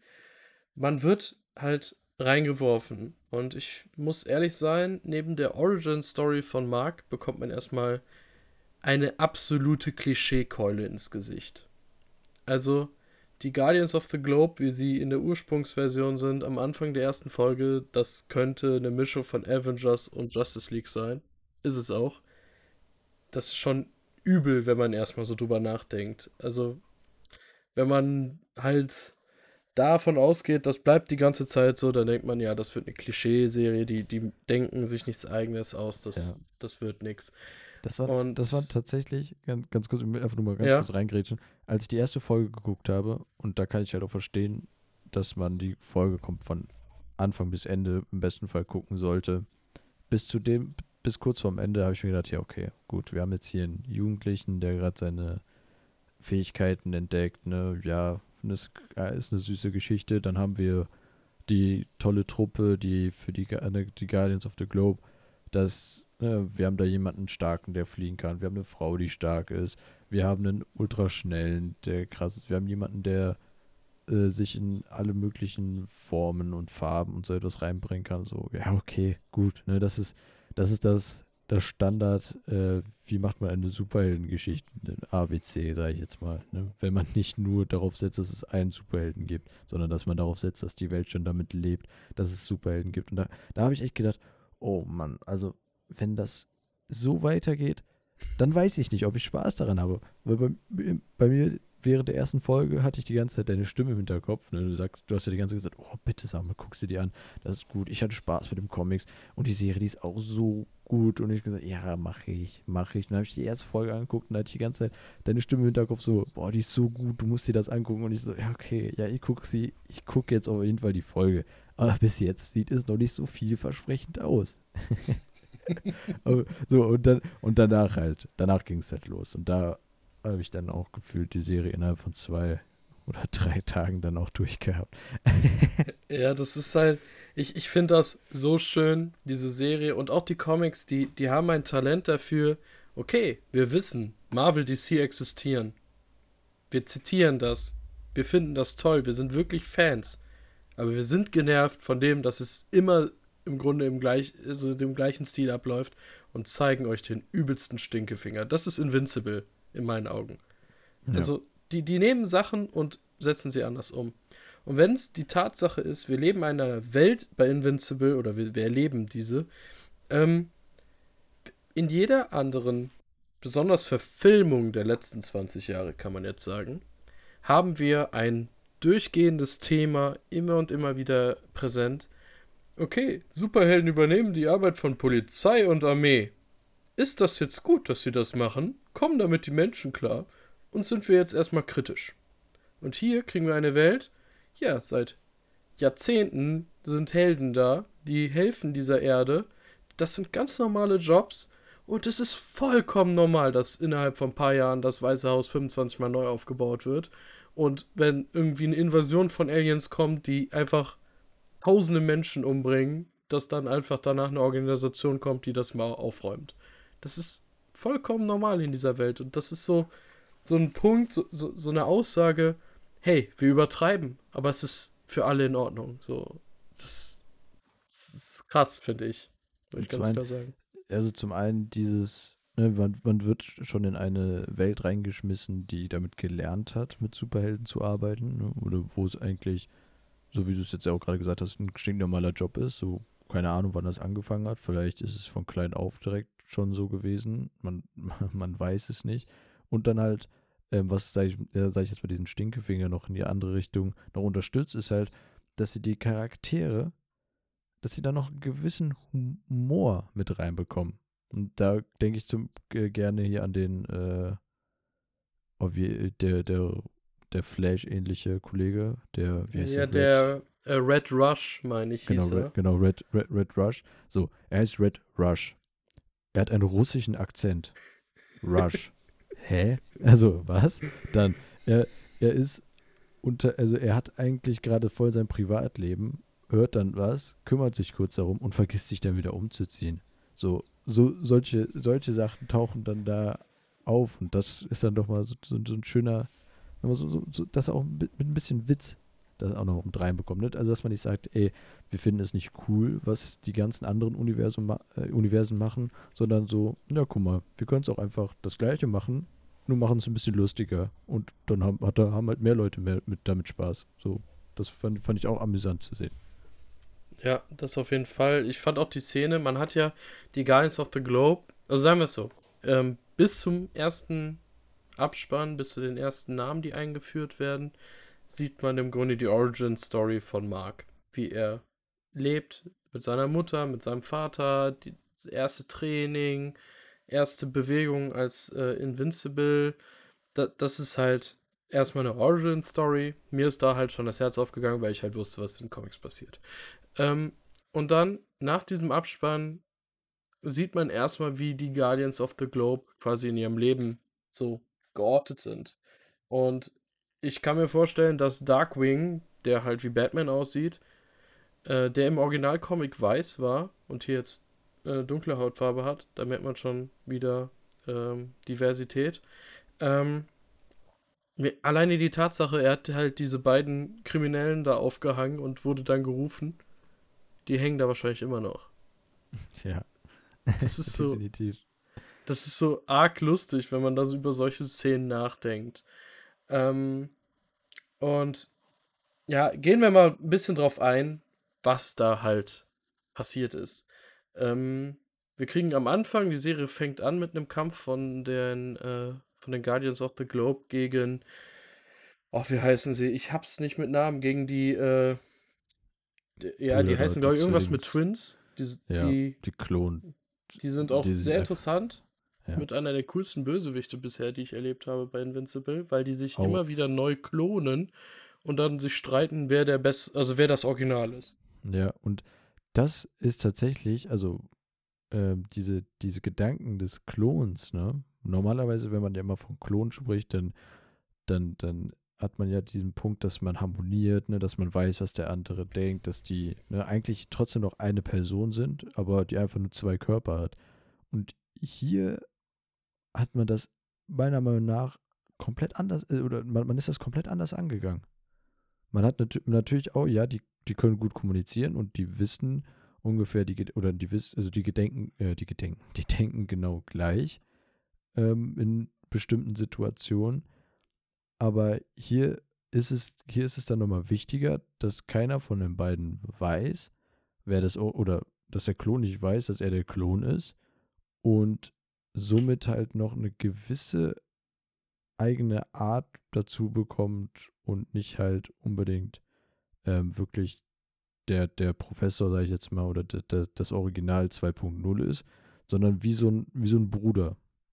Man wird halt reingeworfen. Und ich muss ehrlich sein, neben der Origin-Story von Mark bekommt man erstmal eine absolute Klischeekeule ins Gesicht. Also, die Guardians of the Globe, wie sie in der Ursprungsversion sind, am Anfang der ersten Folge, das könnte eine Mischung von Avengers und Justice League sein. Ist es auch. Das ist schon übel, wenn man erstmal so drüber nachdenkt. Also, wenn man halt davon ausgeht, das bleibt die ganze Zeit so, dann denkt man, ja, das wird eine Klischeeserie, die, die denken sich nichts Eigenes aus, Ja. das, das wird nix. Das war, das war Und tatsächlich, ganz, ganz kurz, ich will einfach nur mal ganz ja, kurz reingrätschen, als ich die erste Folge geguckt habe, und da kann ich halt auch verstehen, dass man die Folge kommt von Anfang bis Ende im besten Fall gucken sollte. Bis zu dem, bis kurz vorm Ende habe ich mir gedacht, ja, okay, gut, wir haben jetzt hier einen Jugendlichen, der gerade seine Fähigkeiten entdeckt, ne, ja, das ist eine süße Geschichte. Dann haben wir die tolle Truppe, die für die, die Guardians of the Globe, das, ne, wir haben da jemanden starken, der fliegen kann. Wir haben eine Frau, die stark ist. Wir haben einen ultraschnellen, der krass ist. Wir haben jemanden, der äh, sich in alle möglichen Formen und Farben und so etwas reinbringen kann. So, ja, okay, gut. Ne, das ist, das ist das, das Standard, äh, wie macht man eine Superheldengeschichte, A B C, sage ich jetzt mal. Ne? Wenn man nicht nur darauf setzt, dass es einen Superhelden gibt, sondern dass man darauf setzt, dass die Welt schon damit lebt, dass es Superhelden gibt. Und da, da habe ich echt gedacht, oh Mann, also wenn das so weitergeht, dann weiß ich nicht, ob ich Spaß daran habe. Weil bei, bei mir während der ersten Folge hatte ich die ganze Zeit deine Stimme im Hinterkopf. Ne? Du sagst, du hast ja die ganze Zeit gesagt, oh bitte sag mal, guckst du dir an, das ist gut. Ich hatte Spaß mit dem Comics und die Serie, die ist auch so gut. Und ich gesagt, ja, mache ich, mache ich. Und dann habe ich die erste Folge angeguckt und da hatte ich die ganze Zeit deine Stimme im Hinterkopf so, boah, die ist so gut, du musst dir das angucken. Und ich so, ja, okay, ja, ich gucke sie, ich gucke jetzt auf jeden Fall die Folge. Aber bis jetzt sieht es noch nicht so vielversprechend aus. Aber so, und dann, und danach halt, danach ging es halt los. Und da habe ich dann auch gefühlt die Serie innerhalb von zwei oder drei Tagen dann auch durchgehabt. ja, das ist halt, ich, ich finde das so schön, diese Serie und auch die Comics, die, die haben ein Talent dafür, okay, wir wissen, Marvel, D C existieren. Wir zitieren das. Wir finden das toll, wir sind wirklich Fans. Aber wir sind genervt von dem, dass es immer im Grunde im gleich, also dem gleichen Stil abläuft und zeigen euch den übelsten Stinkefinger. Das ist Invincible in meinen Augen. Ja. Also, die, die nehmen Sachen und setzen sie anders um. Und wenn es die Tatsache ist, wir leben in einer Welt bei Invincible, oder wir, wir erleben diese, ähm, in jeder anderen, besonders Verfilmung der letzten zwanzig Jahre, kann man jetzt sagen, haben wir ein durchgehendes Thema immer und immer wieder präsent. Okay, Superhelden übernehmen die Arbeit von Polizei und Armee. Ist das jetzt gut, dass sie das machen? Kommen damit die Menschen klar? Und sind wir jetzt erstmal kritisch? Und hier kriegen wir eine Welt, ja, seit Jahrzehnten sind Helden da, die helfen dieser Erde. Das sind ganz normale Jobs und es ist vollkommen normal, dass innerhalb von ein paar Jahren das Weiße Haus fünfundzwanzig Mal neu aufgebaut wird. Und wenn irgendwie eine Invasion von Aliens kommt, die einfach tausende Menschen umbringen, dass dann einfach danach eine Organisation kommt, die das mal aufräumt. Das ist vollkommen normal in dieser Welt. Und das ist so, so ein Punkt, so, so, so eine Aussage, hey, wir übertreiben, aber es ist für alle in Ordnung. So, das, das ist krass, finde ich. Würde ich Und zum ganz einen, klar sagen. also zum einen dieses, ne, man, man wird schon in eine Welt reingeschmissen, die damit gelernt hat, mit Superhelden zu arbeiten, ne, oder wo es eigentlich, so wie du es jetzt ja auch gerade gesagt hast, ein stinknormaler Job ist. So, keine Ahnung, wann das angefangen hat. Vielleicht ist es von klein auf direkt schon so gewesen. Man, man weiß es nicht. Und dann halt, ähm, was sage ich, äh, sag ich jetzt bei diesen Stinkefinger noch in die andere Richtung noch unterstützt, ist halt, dass sie die Charaktere, dass sie da noch einen gewissen Humor mit reinbekommen. Und da denke ich zum, äh, gerne hier an den, äh, oh, wie, der, der, der Flash-ähnliche Kollege, der, wie heißt Ja, der, Red, der äh, Red Rush, meine ich, genau, hieß Red, er. genau, Red, Red, Red Rush. So, er heißt Red Rush. Er hat einen russischen Akzent. Rush. Hä? Also, was? Dann, er, er ist unter, also er hat eigentlich gerade voll sein Privatleben, hört dann was, kümmert sich kurz darum und vergisst sich dann wieder umzuziehen. So, so solche, solche Sachen tauchen dann da auf und das ist dann doch mal so, so, so ein schöner, so, so, so, das auch mit, mit ein bisschen Witz das auch noch mit reinbekommt. Ne? Also, dass man nicht sagt, ey, wir finden es nicht cool, was die ganzen anderen Universum, ma äh, Universen machen, sondern so, na guck mal, wir können es auch einfach das Gleiche machen, nur machen es ein bisschen lustiger. Und dann haben, hat, da- haben halt mehr Leute mehr mit, damit Spaß. So, das fand, fand ich auch amüsant zu sehen. Ja, das auf jeden Fall. Ich fand auch die Szene, man hat ja die Guardians of the Globe, also sagen wir es so, ähm, bis zum ersten Abspann, bis zu den ersten Namen, die eingeführt werden, sieht man im Grunde die Origin-Story von Mark. Wie er lebt mit seiner Mutter, mit seinem Vater, die, das erste Training, erste Bewegung als äh, Invincible. Da, das ist halt erstmal eine Origin-Story. Mir ist da halt schon das Herz aufgegangen, weil ich halt wusste, was in den Comics passiert. Ähm, und dann, nach diesem Abspann, sieht man erstmal, wie die Guardians of the Globe quasi in ihrem Leben so geortet sind. Und ich kann mir vorstellen, dass Darkwing, der halt wie Batman aussieht, äh, der im Originalcomic weiß war und hier jetzt äh, dunkle Hautfarbe hat, da merkt man schon wieder ähm, Diversität. Ähm, mir- alleine die Tatsache, er hat halt diese beiden Kriminellen da aufgehangen und wurde dann gerufen, die hängen da wahrscheinlich immer noch. Ja, Das ist so, definitiv. das ist so arg lustig, wenn man da so über solche Szenen nachdenkt. Ähm, und ja, gehen wir mal ein bisschen drauf ein, was da halt passiert ist. Ähm, wir kriegen am Anfang, die Serie fängt an mit einem Kampf von den, äh, von den Guardians of the Globe gegen, oh, wie heißen sie? Ich hab's nicht mit Namen, gegen die, äh, d- ja, die Brüder da, heißen, die glaube ich, irgendwas mit Zwillings, Twins. Die, ja, die, die Klon, die sind auch die sind sehr einfach, interessant. ja, Mit einer der coolsten Bösewichte bisher, die ich erlebt habe bei Invincible, weil die sich auch, immer wieder neu klonen und dann sich streiten, wer der best, also wer das Original ist. ja, und das ist tatsächlich, also ähm, diese, diese Gedanken des Klons, ne? Normalerweise, wenn man ja immer von Klon spricht, dann, dann, dann hat man ja diesen Punkt, dass man harmoniert, ne? Dass man weiß, was der andere denkt, dass die ne, eigentlich trotzdem noch eine Person sind, aber die einfach nur zwei Körper hat. Und hier hat man das meiner Meinung nach komplett anders, äh, oder man, man ist das komplett anders angegangen. Man hat nat natürlich auch, ja, die, die können gut kommunizieren und die wissen ungefähr, die, Ged- oder die wissen, also die Gedenken, äh, die Gedenken, die denken genau gleich ähm, in bestimmten Situationen. Aber hier ist es, hier ist es dann nochmal wichtiger, dass keiner von den beiden weiß, wer das, o- oder dass der Klon nicht weiß, dass er der Klon ist und somit halt noch eine gewisse eigene Art dazu bekommt und nicht halt unbedingt ähm, wirklich der, der Professor, sage ich jetzt mal, oder der, der, das Original zwei Punkt null ist, sondern wie so ein, wie so ein Bruder.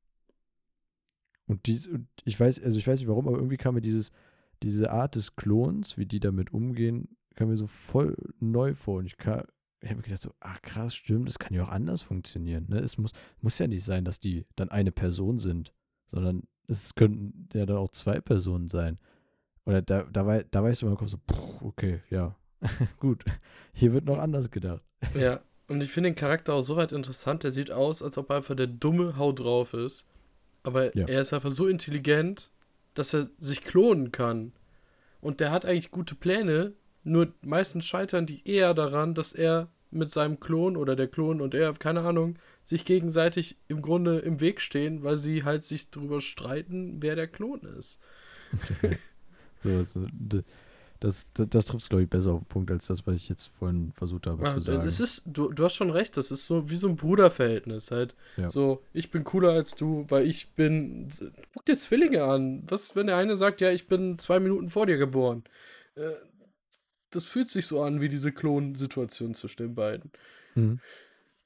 Und dies, und ich weiß, also ich weiß nicht warum, aber irgendwie kam mir dieses, diese Art des Klons, wie die damit umgehen, kam mir so voll neu vor. Und ich, ich habe mir gedacht so, ach krass, stimmt, das kann ja auch anders funktionieren. Ne? Es muss, muss ja nicht sein, dass die dann eine Person sind, sondern es könnten ja dann auch zwei Personen sein. Oder da, da, wei- da weißt du in meinem Kopf so, pff, okay, ja, gut, hier wird noch anders gedacht. Ja, und ich finde den Charakter auch soweit interessant. Der sieht aus, als ob er einfach der dumme Hau drauf ist. Aber Ja, er ist einfach so intelligent, dass er sich klonen kann. Und der hat eigentlich gute Pläne, nur meistens scheitern die eher daran, dass er mit seinem Klon oder der Klon und er, keine Ahnung, sich gegenseitig im Grunde im Weg stehen, weil sie halt sich darüber streiten, wer der Klon ist. ja. So, ist, äh, d- das, das, das trifft es, glaube ich, besser auf den Punkt, als das, was ich jetzt vorhin versucht habe Ah, zu Es sagen. ist, du, du hast schon recht, das ist so wie so ein Bruderverhältnis halt. Ja, So, ich bin cooler als du, weil ich bin. Guck dir Zwillinge an. Was, wenn der eine sagt, ja, ich bin zwei Minuten vor dir geboren? Äh, Das fühlt sich so an wie diese Klonsituation zwischen den beiden. mhm.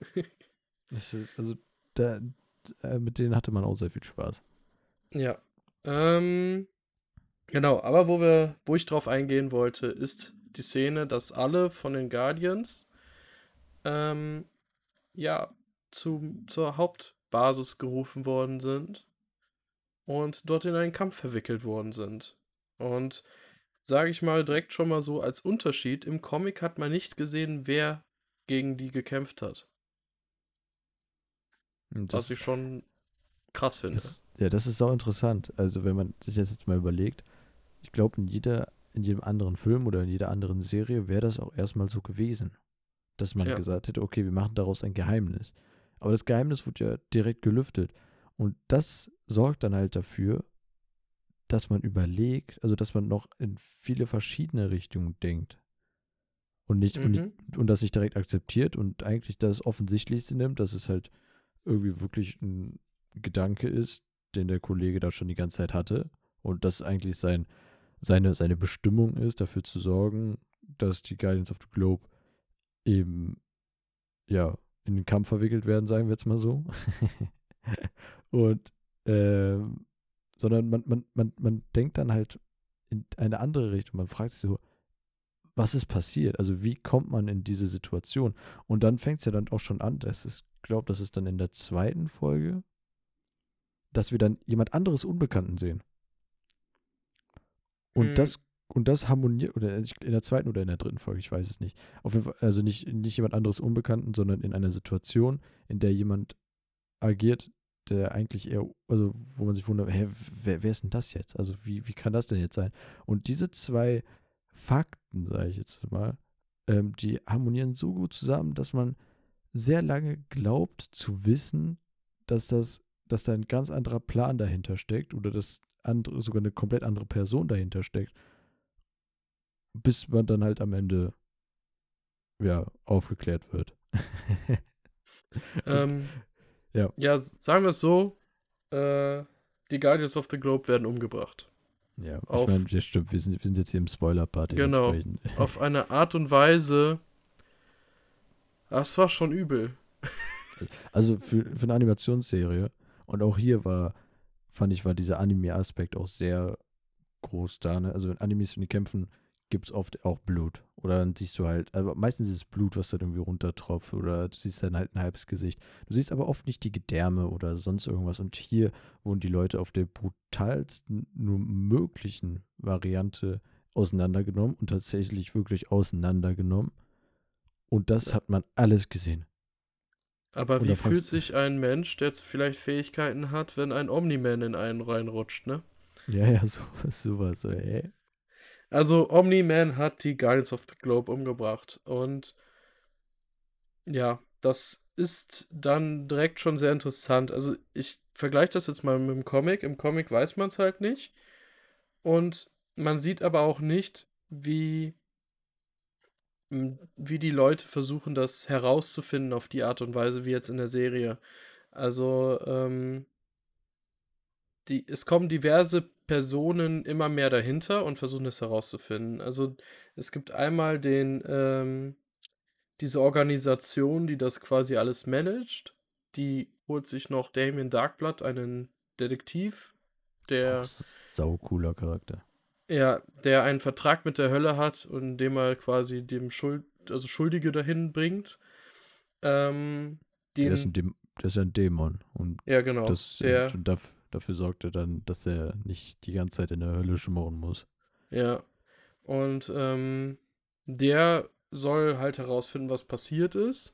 Ich, äh, also, da, äh, mit denen hatte man auch sehr viel Spaß. Ja. Ähm, genau, aber wo wir, wo ich drauf eingehen wollte, ist die Szene, dass alle von den Guardians ähm, ja zu, zur Hauptbasis gerufen worden sind und dort in einen Kampf verwickelt worden sind. Und sage ich mal direkt schon mal so als Unterschied, im Comic hat man nicht gesehen, wer gegen die gekämpft hat. Und Was das, ich schon krass finde. ist, ja, das ist auch interessant. Also wenn man sich das jetzt mal überlegt, ich glaube in jeder, in jedem anderen Film oder in jeder anderen Serie wäre das auch erstmal so gewesen, dass man Ja. gesagt hätte, okay, wir machen daraus ein Geheimnis. Aber das Geheimnis wurde ja direkt gelüftet. Und das sorgt dann halt dafür, dass man überlegt, also dass man noch in viele verschiedene Richtungen denkt. Und nicht, und nicht, Mhm. und das nicht direkt akzeptiert und eigentlich das Offensichtlichste nimmt, dass es halt irgendwie wirklich ein Gedanke ist, den der Kollege da schon die ganze Zeit hatte. Und das eigentlich sein, seine, seine Bestimmung ist, dafür zu sorgen, dass die Guardians of the Globe eben, ja, in den Kampf verwickelt werden, sagen wir jetzt mal so. Und, ähm, sondern man, man, man, man denkt dann halt in eine andere Richtung. Man fragt sich so, was ist passiert? Also wie kommt man in diese Situation? Und dann fängt es ja dann auch schon an, das ist, ich glaube, das ist dann in der zweiten Folge, dass wir dann jemand anderes Unbekannten sehen. Und Mhm. das, und das harmoniert, oder in der zweiten oder in der dritten Folge, ich weiß es nicht. Auf jeden Fall, also nicht, nicht jemand anderes Unbekannten, sondern in einer Situation, in der jemand agiert, der eigentlich eher, also wo man sich wundert, hä, wer, wer ist denn das jetzt? Also wie, wie kann das denn jetzt sein? Und diese zwei Fakten, sage ich jetzt mal, ähm, die harmonieren so gut zusammen, dass man sehr lange glaubt zu wissen, dass das, dass da ein ganz anderer Plan dahinter steckt oder dass andere, sogar eine komplett andere Person dahinter steckt, bis man dann halt am Ende ja aufgeklärt wird. Und Ähm, ja, ja, s- sagen wir es so, äh, die Guardians of the Globe werden umgebracht. ja, ich meine, Auf, ja stimmt, wir sind, wir sind jetzt hier im Spoiler-Part genau, dementsprechend. auf eine Art und Weise, das war schon übel. Also für, für eine Animationsserie und auch hier war, fand ich, war dieser Anime-Aspekt auch sehr groß da. Ne? Also in Animes, wenn die kämpfen, gibt es oft auch Blut. Oder dann siehst du halt, aber meistens ist es Blut, was dann irgendwie runtertropft oder du siehst dann halt ein halbes Gesicht. Du siehst aber oft nicht die Gedärme oder sonst irgendwas. Und hier wurden die Leute auf der brutalsten nur möglichen Variante auseinandergenommen und tatsächlich wirklich auseinandergenommen. Und das hat man alles gesehen. Aber Und wie da fühlt fragst sich ein Mensch, der jetzt vielleicht Fähigkeiten hat, wenn ein Omni-Man in einen reinrutscht, ne? du, ja, ja, so, sowas, so, ey. Also Omni-Man hat die Guardians of the Globe umgebracht. Und ja, das ist dann direkt schon sehr interessant. Also ich vergleiche das jetzt mal mit dem Comic. Im Comic weiß man es halt nicht. Und man sieht aber auch nicht, wie, m, wie die Leute versuchen, das herauszufinden auf die Art und Weise, wie jetzt in der Serie. Also, ähm, die, es kommen diverse Personen immer mehr dahinter und versuchen das herauszufinden. Also, es gibt einmal den, ähm, diese Organisation, die das quasi alles managt. Die holt sich noch Damien Darkblood, einen Detektiv, Auch der sau cooler Charakter. ja, der einen Vertrag mit der Hölle hat und dem er quasi dem Schuld, also Schuldige dahin bringt. Ähm, Ja, das ist den, ein, Däm das ist ein Dämon. Und ja genau, das und, der, und daf dafür sorgt er dann, dass er nicht die ganze Zeit in der Hölle schmoren muss. ja, und ähm, der soll halt herausfinden, was passiert ist.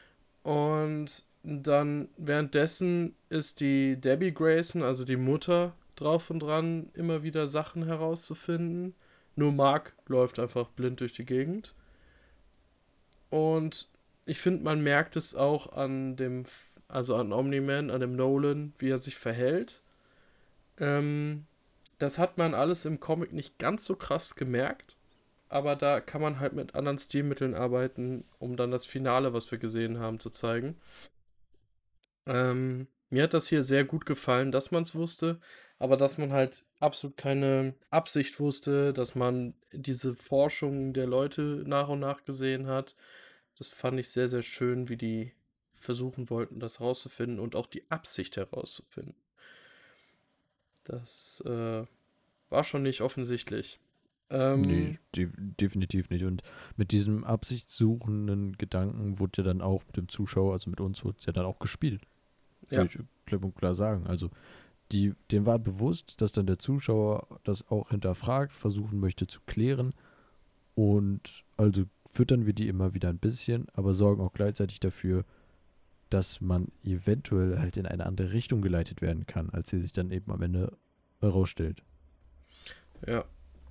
Und dann währenddessen ist die Debbie Grayson, also die Mutter, drauf und dran, immer wieder Sachen herauszufinden. Nur Mark läuft einfach blind durch die Gegend. Und ich finde, man merkt es auch an dem, also an Omni-Man, an dem Nolan, wie er sich verhält. Ähm, das hat man alles im Comic nicht ganz so krass gemerkt, aber da kann man halt mit anderen Stilmitteln arbeiten, um dann das Finale, was wir gesehen haben, zu zeigen. Ähm, mir hat das hier sehr gut gefallen, dass man es wusste, aber dass man halt absolut keine Absicht wusste, dass man diese Forschung der Leute nach und nach gesehen hat. Das fand ich sehr, sehr schön, wie die versuchen wollten, das herauszufinden und auch die Absicht herauszufinden. Das äh, war schon nicht offensichtlich. Nee, Ähm, de definitiv nicht. Und mit diesem absichtssuchenden Gedanken wurde ja dann auch mit dem Zuschauer, also mit uns, wurde ja dann auch gespielt. Will ja, ich klipp und klar sagen. Also die, dem war bewusst, dass dann der Zuschauer das auch hinterfragt, versuchen möchte zu klären. Und also füttern wir die immer wieder ein bisschen, aber sorgen auch gleichzeitig dafür, dass man eventuell halt in eine andere Richtung geleitet werden kann, als sie sich dann eben am Ende herausstellt. ja.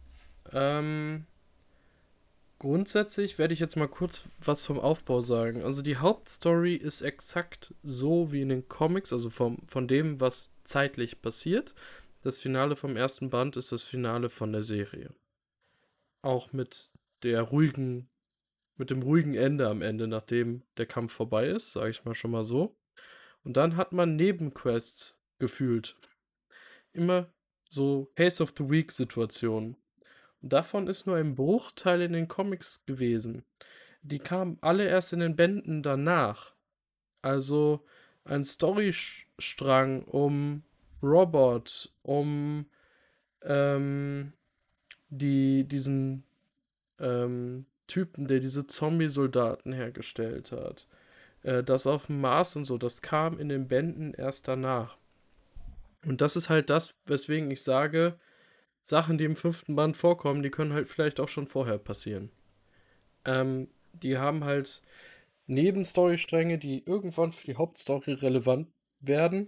Ähm, grundsätzlich werde ich jetzt mal kurz was vom Aufbau sagen. Also die Hauptstory ist exakt so wie in den Comics, also vom, von dem, was zeitlich passiert. Das Finale vom ersten Band ist das Finale von der Serie. Auch mit der ruhigen, mit dem ruhigen Ende am Ende, nachdem der Kampf vorbei ist, sage ich mal schon mal so. Und dann hat man Nebenquests gefühlt. Immer so Case of the Week Situationen. Und davon ist nur ein Bruchteil in den Comics gewesen. Die kamen alle erst in den Bänden danach. Also ein Storystrang um Robot, um ähm, die, diesen ähm, Typen, der diese Zombie-Soldaten hergestellt hat. Äh, das auf dem Mars und so, das kam in den Bänden erst danach. Und das ist halt das, weswegen ich sage, Sachen, die im fünften Band vorkommen, die können halt vielleicht auch schon vorher passieren. Ähm, die haben halt Nebenstorystränge, die irgendwann für die Hauptstory relevant werden,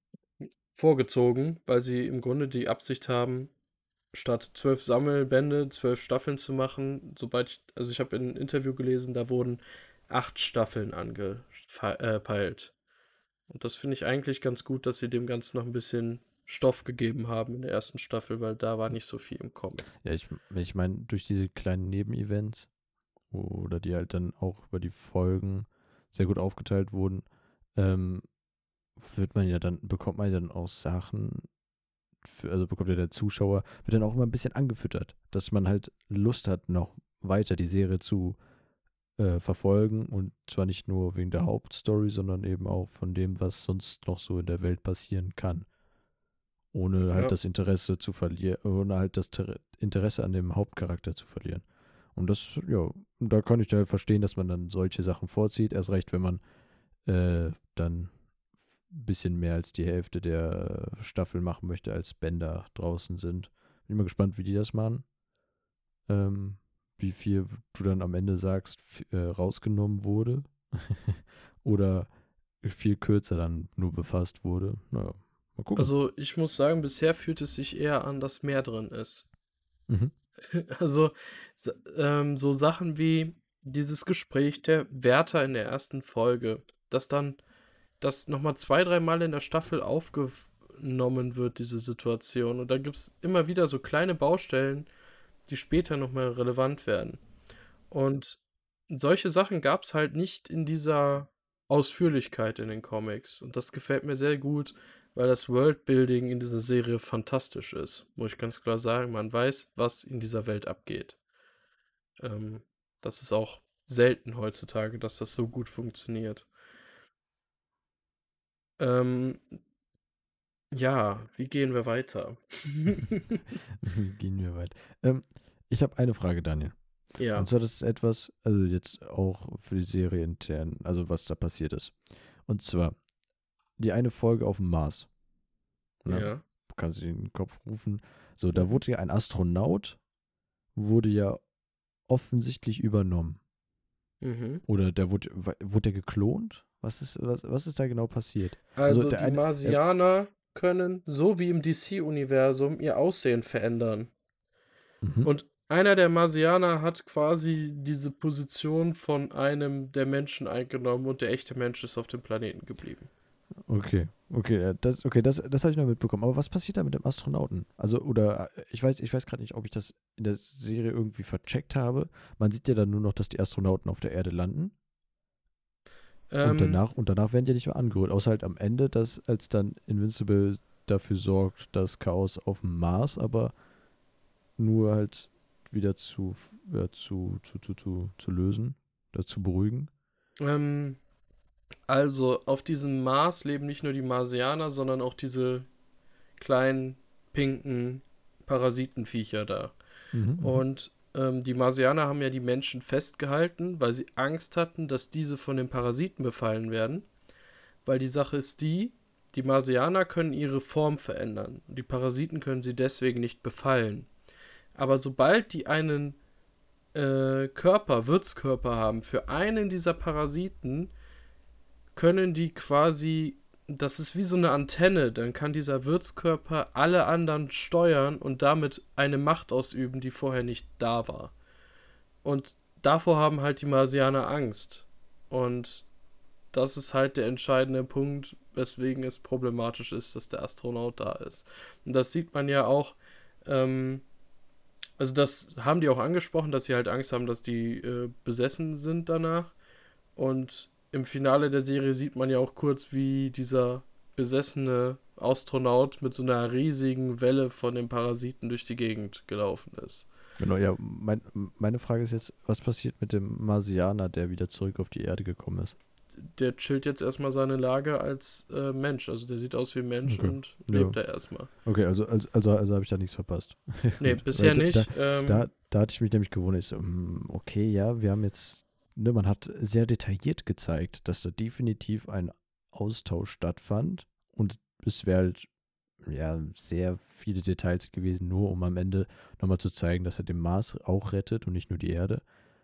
vorgezogen, weil sie im Grunde die Absicht haben, statt zwölf Sammelbände, zwölf Staffeln zu machen, sobald ich, also ich habe in einem Interview gelesen, da wurden acht Staffeln angepeilt. Und das finde ich eigentlich ganz gut, dass sie dem Ganzen noch ein bisschen Stoff gegeben haben in der ersten Staffel, weil da war nicht so viel im Comic. Ja, ich, ich meine, durch diese kleinen Nebenevents oder die halt dann auch über die Folgen sehr gut aufgeteilt wurden, ähm, wird man ja dann, bekommt man ja dann auch Sachen, für, also bekommt ja der Zuschauer, wird dann auch immer ein bisschen angefüttert, dass man halt Lust hat, noch weiter die Serie zu äh, verfolgen und zwar nicht nur wegen der Hauptstory, sondern eben auch von dem, was sonst noch so in der Welt passieren kann. Ohne halt Ja, das Interesse zu verlieren, ohne halt das Ter Interesse an dem Hauptcharakter zu verlieren. Und das, ja, da kann ich halt verstehen, dass man dann solche Sachen vorzieht. Erst recht, wenn man äh, dann ein bisschen mehr als die Hälfte der Staffel machen möchte, als Bänder draußen sind. Bin mal gespannt, wie die das machen. Ähm, wie viel du dann am Ende sagst, f- äh, rausgenommen wurde. Oder viel kürzer dann nur befasst wurde. Naja, mal gucken. also ich muss sagen, bisher fühlt es sich eher an, dass mehr drin ist. Mhm. Also s- ähm, so Sachen wie dieses Gespräch der Wärter in der ersten Folge, dass dann das nochmal zwei, dreimal in der Staffel aufgenommen wird, diese Situation. Und da gibt es immer wieder so kleine Baustellen, die später nochmal relevant werden. Und solche Sachen gab es halt nicht in dieser Ausführlichkeit in den Comics. Und das gefällt mir sehr gut, weil das Worldbuilding in dieser Serie fantastisch ist. Muss ich ganz klar sagen. Man weiß, was in dieser Welt abgeht. Ähm, das ist auch selten heutzutage, dass das so gut funktioniert. Ähm, ja, wie gehen wir weiter? Wie gehen wir weit? Ähm, ich habe eine Frage, Daniel. Und Ja, zwar, das ist etwas, also jetzt auch für die Serie intern, also was da passiert ist. Und zwar, die eine Folge auf dem Mars. Ne? ja. Du kannst dir in den Kopf rufen. So, da Mhm. wurde ja ein Astronaut, wurde ja offensichtlich übernommen. Mhm. Oder der wurde, wa- wurde der geklont? Was ist, was, was ist da genau passiert? Also Also der die eine, er, Marsianer können, so wie im D C-Universum, ihr Aussehen verändern. mhm. Und einer der Marsianer hat quasi diese Position von einem der Menschen eingenommen und der echte Mensch ist auf dem Planeten geblieben. Okay, okay, äh, das, okay, das, das habe ich noch mitbekommen. Aber was passiert da mit dem Astronauten? Also, oder äh, ich weiß, ich weiß gerade nicht, ob ich das in der Serie irgendwie vercheckt habe. Man sieht ja dann nur noch, dass die Astronauten auf der Erde landen und Ähm, danach, und danach werden die ja nicht mehr angerührt. Außer halt am Ende, dass als dann Invincible dafür sorgt, das Chaos auf dem Mars, aber nur halt wieder zu, ja, zu, zu, zu, zu, zu lösen, äh, zu beruhigen. ähm, also auf diesem Mars leben nicht nur die Marsianer, sondern auch diese kleinen pinken Parasitenviecher da. Mhm. Und ähm, die Marsianer haben ja die Menschen festgehalten, weil sie Angst hatten, dass diese von den Parasiten befallen werden. Weil die Sache ist die, die Marsianer können ihre Form verändern. Die Parasiten können sie deswegen nicht befallen. Aber sobald die einen äh, Körper, Wirtskörper haben für einen dieser Parasiten, können die quasi, das ist wie so eine Antenne, dann kann dieser Wirtskörper alle anderen steuern und damit eine Macht ausüben, die vorher nicht da war. Und davor haben halt die Marsianer Angst. Und das ist halt der entscheidende Punkt, weswegen es problematisch ist, dass der Astronaut da ist. Und das sieht man ja auch, ähm, also das haben die auch angesprochen, dass sie halt Angst haben, dass die äh, besessen sind danach. Und im Finale der Serie sieht man ja auch kurz, wie dieser besessene Astronaut mit so einer riesigen Welle von den Parasiten durch die Gegend gelaufen ist. Genau, ja, mein, meine Frage ist jetzt, was passiert mit dem Marsianer, der wieder zurück auf die Erde gekommen ist? Der chillt jetzt erstmal seine Lage als äh, Mensch. Also der sieht aus wie ein Mensch Okay. und Ja. lebt da erstmal. Okay, also, also, also, also habe ich da nichts verpasst. Nee, Gut, bisher weil da- nicht. Da, ähm, da, da hatte ich mich nämlich gewundert. Ich so, hm, okay, ja, wir haben jetzt, ne, man hat sehr detailliert gezeigt, dass da definitiv ein Austausch stattfand und es wäre halt, ja, sehr viele Details gewesen, nur um am Ende nochmal zu zeigen, dass er den Mars auch rettet und nicht nur die Erde.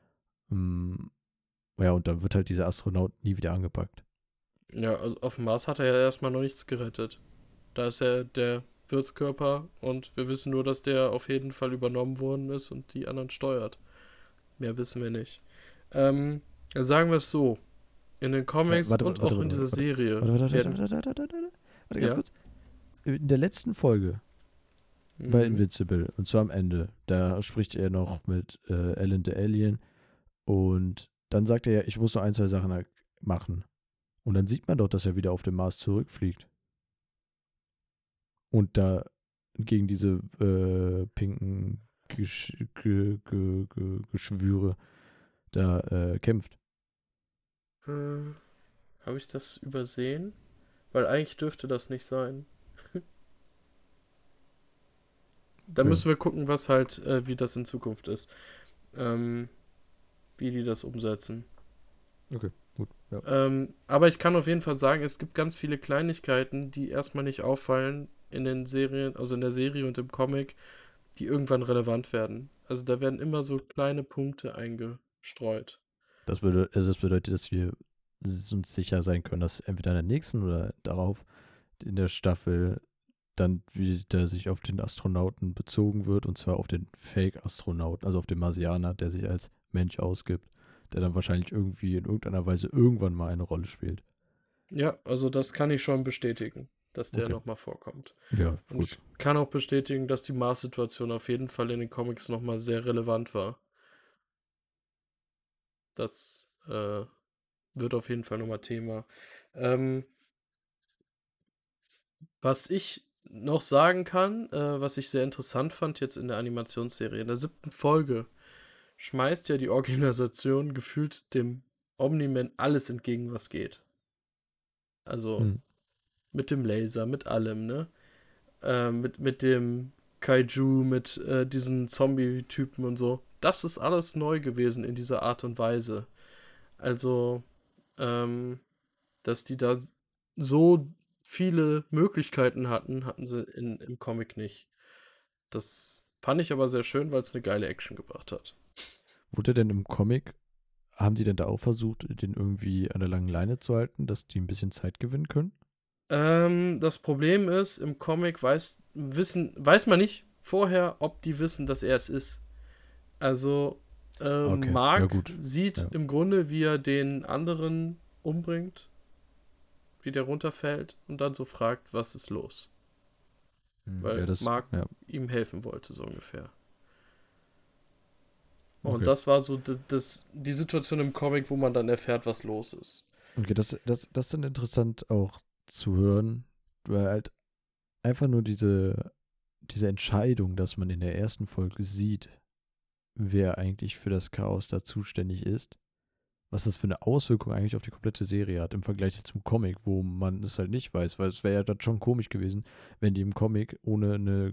Hm, ja, und dann wird halt dieser Astronaut nie wieder angepackt. ja, also auf dem Mars hat er ja erstmal noch nichts gerettet. Da ist ja der Wirtskörper und wir wissen nur, dass der auf jeden Fall übernommen worden ist und die anderen steuert. Mehr wissen wir nicht. Ähm, ja, sagen wir es so. In den Ja, Comics warte, und warte, auch in warte, dieser warte, Serie warte, warte, warte, werden. warte, warte, warte, warte, warte, ganz Ja. kurz. In der letzten Folge bei Mhm. Invincible, und zwar am Ende, da spricht er noch mit äh, Alan the Alien und dann sagt er ja, ich muss noch ein, zwei Sachen halt machen. Und dann sieht man doch, dass er wieder auf dem Mars zurückfliegt. Und da gegen diese äh, pinken Gesch Ge Ge Ge Geschwüre da äh, kämpft. Äh, Habe ich das übersehen? Weil eigentlich dürfte das nicht sein. Da Ja. müssen wir gucken, was halt, äh, wie das in Zukunft ist. Ähm, wie die das umsetzen. Okay, gut. Ja. Ähm, aber ich kann auf jeden Fall sagen, es gibt ganz viele Kleinigkeiten, die erstmal nicht auffallen in den Serien, also in der Serie und im Comic, die irgendwann relevant werden. Also da werden immer so kleine Punkte eingestreut. Das bedeutet, also das bedeutet, dass wir uns sicher sein können, dass entweder in der nächsten oder darauf in der Staffel dann wieder sich auf den Astronauten bezogen wird, und zwar auf den Fake-Astronauten, also auf den Marsianer, der sich als Mensch ausgibt, der dann wahrscheinlich irgendwie in irgendeiner Weise irgendwann mal eine Rolle spielt. Ja, also das kann ich schon bestätigen, dass der Okay. nochmal vorkommt. Ja, Und gut. ich kann auch bestätigen, dass die Mars-Situation auf jeden Fall in den Comics nochmal sehr relevant war. Das äh, wird auf jeden Fall nochmal Thema. Ähm, was ich noch sagen kann, äh, was ich sehr interessant fand jetzt in der Animationsserie, in der siebten Folge schmeißt ja die Organisation gefühlt dem Omni-Man alles entgegen, was geht. Also Hm. mit dem Laser, mit allem, ne? Äh, mit, mit dem Kaiju, mit äh, diesen Zombie-Typen und so. Das ist alles neu gewesen in dieser Art und Weise. Also, ähm, dass die da so viele Möglichkeiten hatten, hatten sie in, im Comic nicht. Das fand ich aber sehr schön, weil es eine geile Action gebracht hat. Wurde denn im Comic, haben die denn da auch versucht, den irgendwie an der langen Leine zu halten, dass die ein bisschen Zeit gewinnen können? Ähm, das Problem ist, im Comic weiß, wissen, weiß man nicht vorher, ob die wissen, dass er es ist. Also, äh, Okay, ja Mark gut. sieht Ja. im Grunde, wie er den anderen umbringt, wie der runterfällt und dann so fragt, was ist los? Hm, Weil ja, das, Mark ja, ihm helfen wollte, so ungefähr. Und okay. das war so d- das, die Situation im Comic, wo man dann erfährt, was los ist. Okay, das, das, das ist dann interessant auch zu hören, weil halt einfach nur diese, diese Entscheidung, dass man in der ersten Folge sieht, wer eigentlich für das Chaos da zuständig ist, was das für eine Auswirkung eigentlich auf die komplette Serie hat im Vergleich zum Comic, wo man es halt nicht weiß, weil es wäre ja dann schon komisch gewesen, wenn die im Comic ohne eine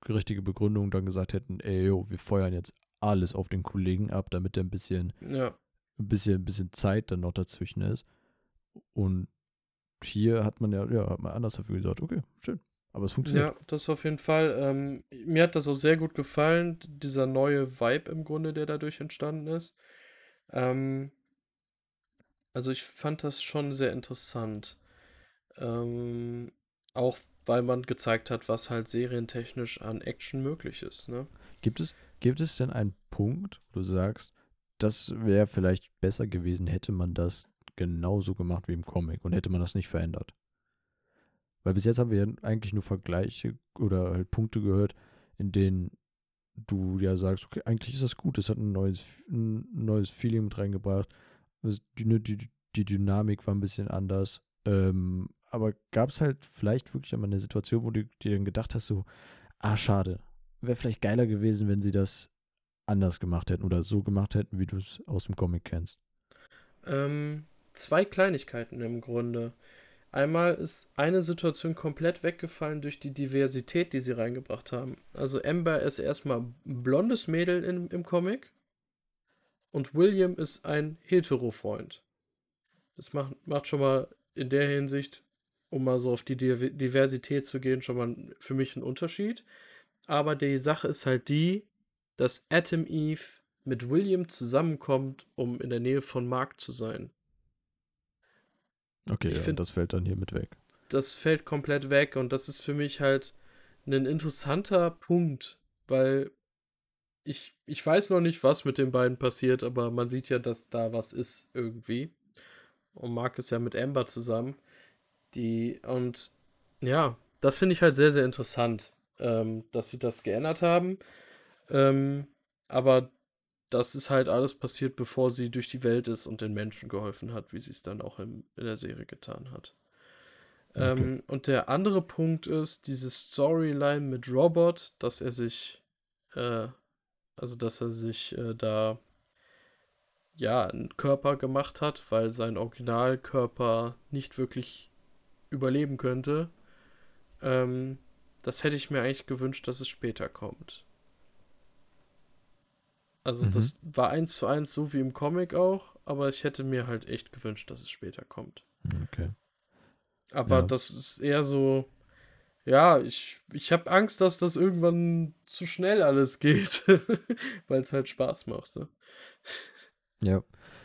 richtige Begründung dann gesagt hätten, ey, yo, wir feuern jetzt alles auf den Kollegen ab, damit er ein bisschen, Ja. ein bisschen, ein bisschen Zeit dann noch dazwischen ist. Und hier hat man ja, ja, hat man anders dafür gesagt, okay, schön. Aber es funktioniert. Ja, das auf jeden Fall. Ähm, mir hat das auch sehr gut gefallen, dieser neue Vibe im Grunde, der dadurch entstanden ist. Ähm, also ich fand das schon sehr interessant. Ähm, auch weil man gezeigt hat, was halt serientechnisch an Action möglich ist, ne? Gibt es, gibt es denn einen Punkt, wo du sagst, das wäre vielleicht besser gewesen, hätte man das genauso gemacht wie im Comic und hätte man das nicht verändert? Weil bis jetzt haben wir ja eigentlich nur Vergleiche oder halt Punkte gehört, in denen du ja sagst, okay, eigentlich ist das gut, es hat ein neues, ein neues Feeling mit reingebracht. Es- Die, ne, die, die Dynamik war ein bisschen anders. Ähm, aber gab es halt vielleicht wirklich einmal eine Situation, wo du dir dann gedacht hast, so, ah, schade, wäre vielleicht geiler gewesen, wenn sie das anders gemacht hätten oder so gemacht hätten, wie du es aus dem Comic kennst. Ähm, zwei Kleinigkeiten im Grunde. Einmal ist eine Situation komplett weggefallen durch die Diversität, die sie reingebracht haben. Also Amber ist erstmal ein blondes Mädel in, im Comic und William ist ein Hetero-Freund. Das macht, macht schon mal in der Hinsicht, um mal so auf die Diver- Diversität zu gehen, schon mal für mich einen Unterschied. Aber die Sache ist halt die, dass Atom Eve mit William zusammenkommt, um in der Nähe von Mark zu sein. Okay, Ich ja, und finde, das fällt dann hier mit weg. das fällt komplett weg und das ist für mich halt ein interessanter Punkt, weil ich, ich weiß noch nicht, was mit den beiden passiert, aber man sieht ja, dass da was ist irgendwie. Und Mark ist ja mit Amber zusammen. Die, und ja, das finde ich halt sehr, sehr interessant, ähm, dass sie das geändert haben. Ähm, aber das ist halt alles passiert, bevor sie durch die Welt ist und den Menschen geholfen hat, wie sie es dann auch im, in der Serie getan hat. Okay. Ähm, und der andere Punkt ist diese Storyline mit Robert, dass er sich, äh, also dass er sich äh, da ja einen Körper gemacht hat, weil sein Originalkörper nicht wirklich überleben könnte. Ähm, das hätte ich mir eigentlich gewünscht, dass es später kommt. Also Mhm. das war eins zu eins so wie im Comic auch, aber ich hätte mir halt echt gewünscht, dass es später kommt. Okay. Aber Ja. das ist eher so, ja, ich, ich habe Angst, dass das irgendwann zu schnell alles geht, weil es halt Spaß macht. Ne? Ja.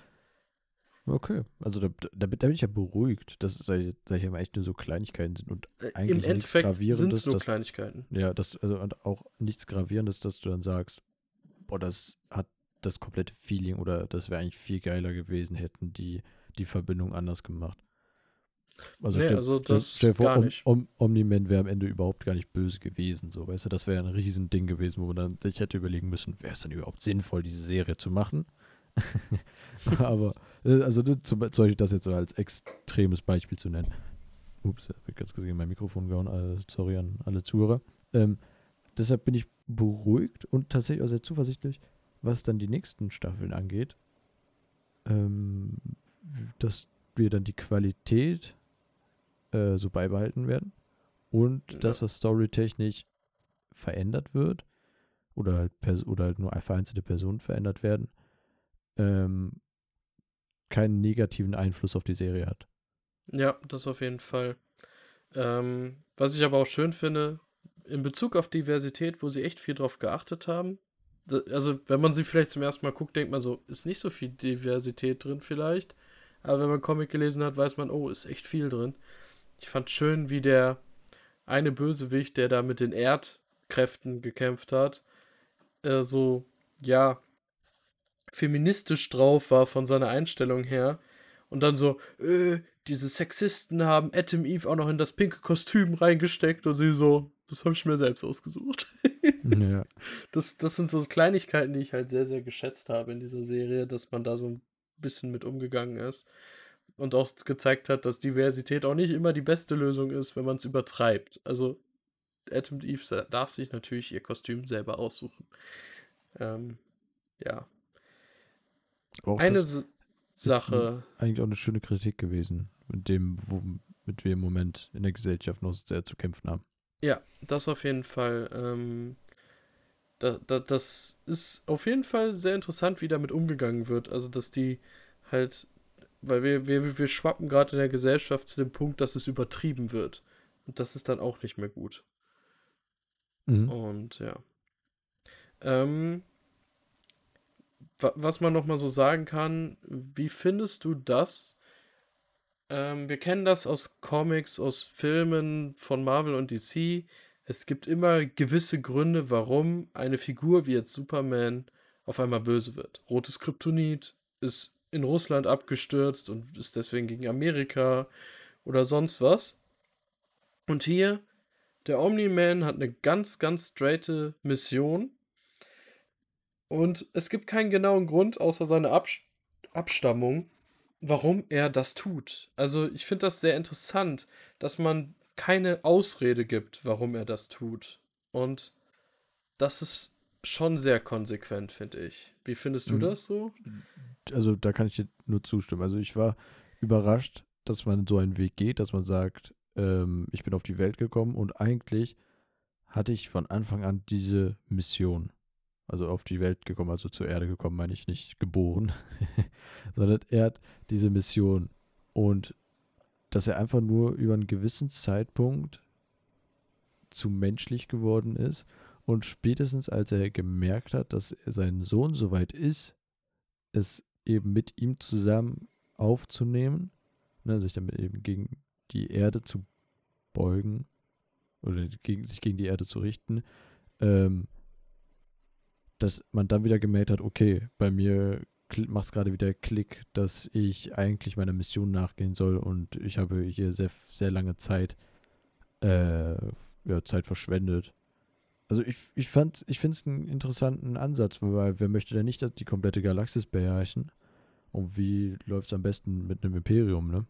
Okay. Also da, da, da bin ich ja beruhigt, dass, sag ich, sag ich mal, echt nur so Kleinigkeiten sind und Äh, Im eigentlich nichts Endeffekt sind es Gravierendes, nur dass, Kleinigkeiten. ja, das, also und auch nichts Gravierendes, dass du dann sagst, boah, das hat das komplette Feeling oder das wäre eigentlich viel geiler gewesen, hätten die die Verbindung anders gemacht. Also Nee, stell, also stell, stell das dir vor, gar Om, nicht. Om, Omni-Man wäre am Ende überhaupt gar nicht böse gewesen, so, weißt du, das wäre ein Riesending gewesen, wo man dann sich hätte überlegen müssen, wäre es dann überhaupt sinnvoll, diese Serie zu machen? Aber, äh, also ne, zum, zum Beispiel das jetzt so als extremes Beispiel zu nennen. Ups, hab ich ganz gesehen, mein Mikrofon gehauen, äh, sorry an alle Zuhörer. Ähm, deshalb bin ich beruhigt und tatsächlich auch sehr zuversichtlich, was dann die nächsten Staffeln angeht, ähm, dass wir dann die Qualität äh, so beibehalten werden und Ja, das, was storytechnisch verändert wird oder halt, pers- oder halt nur vereinzelte Personen verändert werden, ähm, keinen negativen Einfluss auf die Serie hat. ja, das auf jeden Fall. Ähm, was ich aber auch schön finde, in Bezug auf Diversität, wo sie echt viel drauf geachtet haben. Da, also, wenn man sie vielleicht zum ersten Mal guckt, denkt man so, ist nicht so viel Diversität drin vielleicht. Aber wenn man Comic gelesen hat, weiß man, oh, ist echt viel drin. Ich fand schön, wie der eine Bösewicht, der da mit den Erdkräften gekämpft hat, äh, so, ja, feministisch drauf war von seiner Einstellung her. Und dann so, äh, diese Sexisten haben Atom Eve auch noch in das pinke Kostüm reingesteckt und sie so, das habe ich mir selbst ausgesucht. Ja, Das, das sind so Kleinigkeiten, die ich halt sehr, sehr geschätzt habe in dieser Serie, dass man da so ein bisschen mit umgegangen ist und auch gezeigt hat, dass Diversität auch nicht immer die beste Lösung ist, wenn man es übertreibt. Also Atom Eve darf sich natürlich ihr Kostüm selber aussuchen. Ähm, ja. aber auch Eine das S ist n- Sache, eigentlich auch eine schöne Kritik gewesen, mit dem, womit wir im Moment in der Gesellschaft noch sehr zu kämpfen haben. Ja, das auf jeden Fall. Ähm, da, da, das ist auf jeden Fall sehr interessant, wie damit umgegangen wird. Also, dass die halt, weil wir, wir, wir schwappen gerade in der Gesellschaft zu dem Punkt, dass es übertrieben wird. Und das ist dann auch nicht mehr gut. Mhm. Und ja. Ähm, wa- was man nochmal so sagen kann, wie findest du das? Ähm, wir kennen das aus Comics, aus Filmen von Marvel und D C. Es gibt immer gewisse Gründe, warum eine Figur wie jetzt Superman auf einmal böse wird. Rotes Kryptonit ist in Russland abgestürzt und ist deswegen gegen Amerika oder sonst was. Und hier, der Omni-Man hat eine ganz, ganz straighte Mission und es gibt keinen genauen Grund, außer seine Abs Abstammung, warum er das tut. Also ich finde das sehr interessant, dass man keine Ausrede gibt, warum er das tut. Und das ist schon sehr konsequent, finde ich. Wie findest du Mhm. das so? Also da kann ich dir nur zustimmen. Also ich war überrascht, dass man so einen Weg geht, dass man sagt, ähm, ich bin auf die Welt gekommen und eigentlich hatte ich von Anfang an diese Mission. Also auf die Welt gekommen, also zur Erde gekommen, meine ich nicht geboren, sondern er hat diese Mission und dass er einfach nur über einen gewissen Zeitpunkt zu menschlich geworden ist und spätestens als er gemerkt hat, dass sein Sohn soweit ist, es eben mit ihm zusammen aufzunehmen, ne, sich damit eben gegen die Erde zu beugen oder gegen, sich gegen die Erde zu richten, ähm, dass man dann wieder gemerkt hat, okay, bei mir macht es gerade wieder Klick, dass ich eigentlich meiner Mission nachgehen soll und ich habe hier sehr, sehr lange Zeit, äh, ja, Zeit verschwendet. Also ich, ich fand, ich finde es einen interessanten Ansatz, weil wer möchte denn nicht dass die komplette Galaxis beherrschen? Und wie läuft es am besten mit einem Imperium, ne?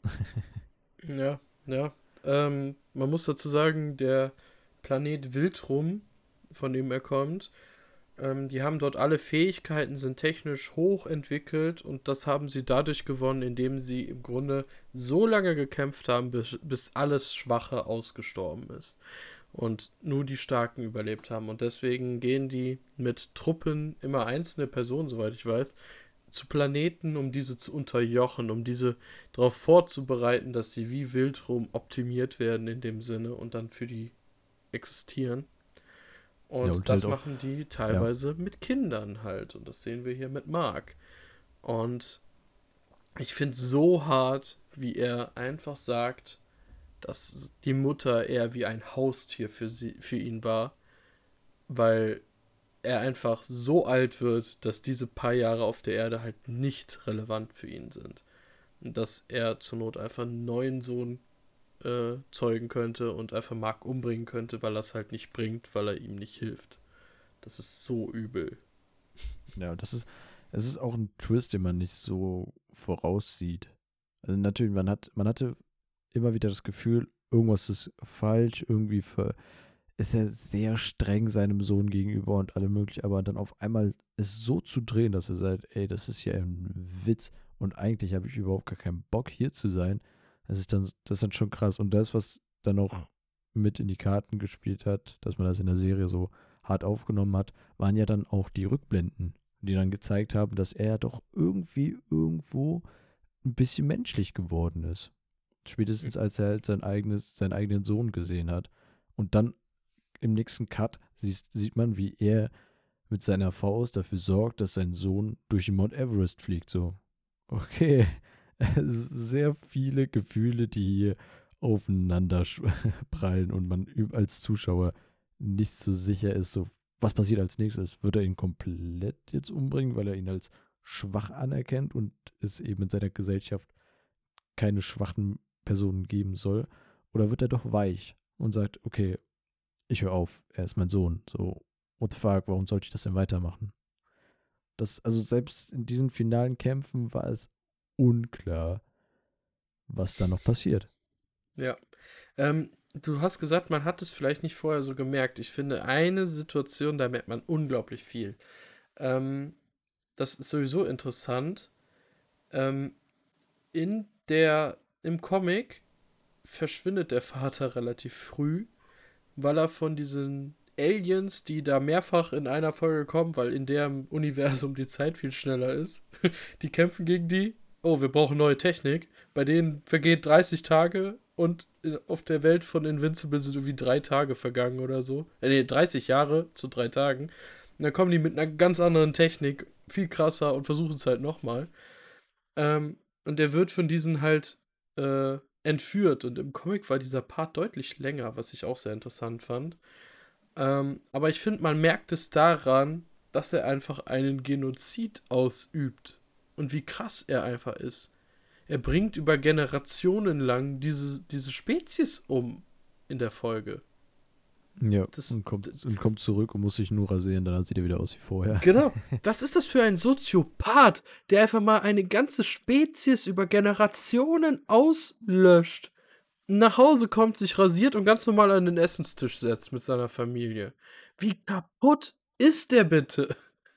Ja, ja. Ähm, man muss dazu sagen, der Planet Wildrum, von dem er kommt, Ähm, die haben dort alle Fähigkeiten, sind technisch hochentwickelt und das haben sie dadurch gewonnen, indem sie im Grunde so lange gekämpft haben, bis, bis alles Schwache ausgestorben ist und nur die Starken überlebt haben. Und deswegen gehen die mit Truppen, immer einzelne Personen, soweit ich weiß, zu Planeten, um diese zu unterjochen, um diese darauf vorzubereiten, dass sie wie Wildrum optimiert werden in dem Sinne und dann für die existieren. Ja, Und und halt das auch, machen die ja. teilweise mit Kindern halt. Und das sehen wir hier mit Mark. Und ich finde so hart, wie er einfach sagt, dass die Mutter eher wie ein Haustier für, sie, für ihn war, weil er einfach so alt wird, dass diese paar Jahre auf der Erde halt nicht relevant für ihn sind. Und dass er zur Not einfach einen neuen Sohn äh, zeugen könnte und einfach Mark umbringen könnte, weil er es halt nicht bringt, weil er ihm nicht hilft. Das ist so übel. Ja, das ist, es ist auch ein Twist, den man nicht so voraussieht. Also natürlich, man hat, man hatte immer wieder das Gefühl, irgendwas ist falsch, irgendwie ver, ist er sehr streng seinem Sohn gegenüber und alle möglich, aber dann auf einmal es so zu drehen, dass er sagt, ey, das ist ja ein Witz und eigentlich habe ich überhaupt gar keinen Bock hier zu sein. Das ist dann, das ist dann schon krass. Und das, was dann auch mit in die Karten gespielt hat, dass man das in der Serie so hart aufgenommen hat, waren ja dann auch die Rückblenden, die dann gezeigt haben, dass er doch irgendwie irgendwo ein bisschen menschlich geworden ist. Spätestens als er halt sein eigenes, seinen eigenen Sohn gesehen hat. Und dann im nächsten Cut sieht, sieht man, wie er mit seiner Faust dafür sorgt, dass sein Sohn durch den Mount Everest fliegt. So, okay, sehr viele Gefühle, die hier aufeinander prallen und man als Zuschauer nicht so sicher ist, so, was passiert als nächstes? Wird er ihn komplett jetzt umbringen, weil er ihn als schwach anerkennt und es eben in seiner Gesellschaft keine schwachen Personen geben soll? Oder wird er doch weich und sagt, okay, ich höre auf, er ist mein Sohn. So, what the fuck, warum sollte ich das denn weitermachen? Das, also selbst in diesen finalen Kämpfen war es unklar, was da noch passiert. Ja. Ähm, du hast gesagt, man hat es vielleicht nicht vorher so gemerkt. Ich finde, eine Situation, da merkt man unglaublich viel. Ähm, das ist sowieso interessant. Ähm, in der, im Comic verschwindet der Vater relativ früh, weil er von diesen Aliens, die da mehrfach in einer Folge kommen, weil in deren Universum die Zeit viel schneller ist, die kämpfen gegen die. Oh, wir brauchen neue Technik. Bei denen vergeht dreißig Tage und auf der Welt von Invincible sind irgendwie drei Tage vergangen oder so. Äh, nee, dreißig Jahre zu drei Tagen. Und dann kommen die mit einer ganz anderen Technik, viel krasser und versuchen es halt nochmal. Ähm, und der wird von diesen halt äh, entführt. Und im Comic war dieser Part deutlich länger, was ich auch sehr interessant fand. Ähm, aber ich finde, man merkt es daran, dass er einfach einen Genozid ausübt. Und wie krass er einfach ist. Er bringt über Generationen lang diese, diese Spezies um in der Folge. Ja, Das, und kommt, und kommt zurück und muss sich nur rasieren, dann sieht er wieder aus wie vorher. Genau. Was ist das für ein Soziopath, der einfach mal eine ganze Spezies über Generationen auslöscht, nach Hause kommt, sich rasiert und ganz normal an den Essenstisch setzt mit seiner Familie? Wie kaputt ist der bitte?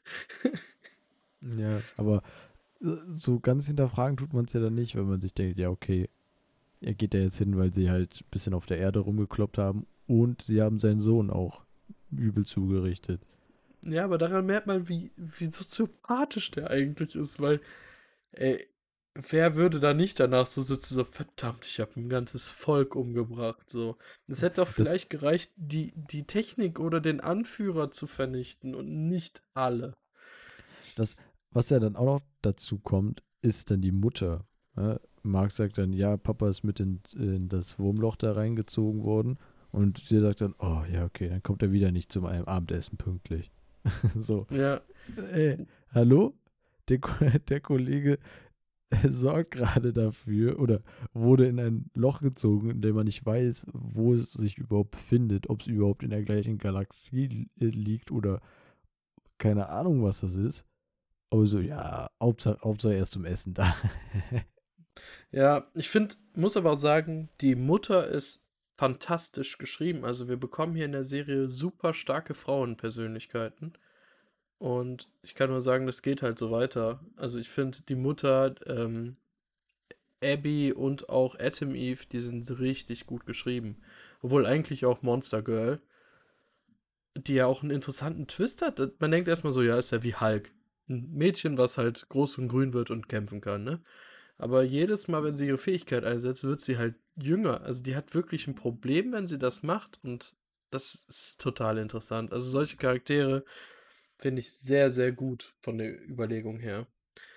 Ja, aber äh, so ganz hinterfragen tut man es ja dann nicht, wenn man sich denkt, ja, okay, er geht da jetzt hin, weil sie halt ein bisschen auf der Erde rumgekloppt haben und sie haben seinen Sohn auch übel zugerichtet. Ja, aber daran merkt man, wie, wie soziopathisch der eigentlich ist, weil, ey, wer würde da nicht danach so sitzen, so, verdammt, ich habe ein ganzes Volk umgebracht, so. Es hätte doch Das, vielleicht gereicht, die, die Technik oder den Anführer zu vernichten und nicht alle. das, was ja dann auch noch dazu kommt, ist dann die Mutter. Ja, Mark sagt dann, ja, Papa ist mit in, in das Wurmloch da reingezogen worden. Und sie sagt dann, oh ja, okay, dann kommt er wieder nicht zum Abendessen pünktlich. So, Ja, ey, hallo? Der, Ko- der Kollege sorgt gerade dafür oder wurde in ein Loch gezogen, in dem man nicht weiß, wo es sich überhaupt befindet, ob es überhaupt in der gleichen Galaxie li- äh, liegt oder keine Ahnung, was das ist. Aber so, ja, Hauptsache, Hauptsache erst zum Essen da. ja, ich finde, muss aber auch sagen, die Mutter ist fantastisch geschrieben. Also wir bekommen hier in der Serie super starke Frauenpersönlichkeiten. Und ich kann nur sagen, das geht halt so weiter. Also ich finde, die Mutter, ähm, Abby und auch Atom Eve, die sind richtig gut geschrieben. Obwohl eigentlich auch Monster Girl, die ja auch einen interessanten Twist hat. Man denkt erstmal so, ja, ist ja wie Hulk. Ein Mädchen, was halt groß und grün wird und kämpfen kann, ne? Aber jedes Mal, wenn sie ihre Fähigkeit einsetzt, wird sie halt jünger. Also die hat wirklich ein Problem, wenn sie das macht. Und das ist total interessant. Also solche Charaktere finde ich sehr, sehr gut von der Überlegung her.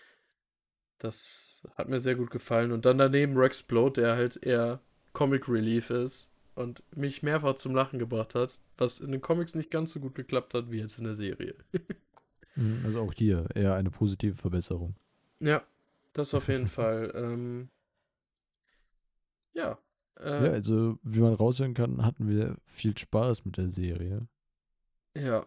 Das hat mir sehr gut gefallen. Und dann daneben Rexplode, der halt eher Comic Relief ist und mich mehrfach zum Lachen gebracht hat, was in den Comics nicht ganz so gut geklappt hat wie jetzt in der Serie. Mhm, also auch hier eher eine positive Verbesserung. Ja, das auf jeden Fall. Ähm, ja, Ja, äh, also wie man raushören kann, hatten wir viel Spaß mit der Serie. ja,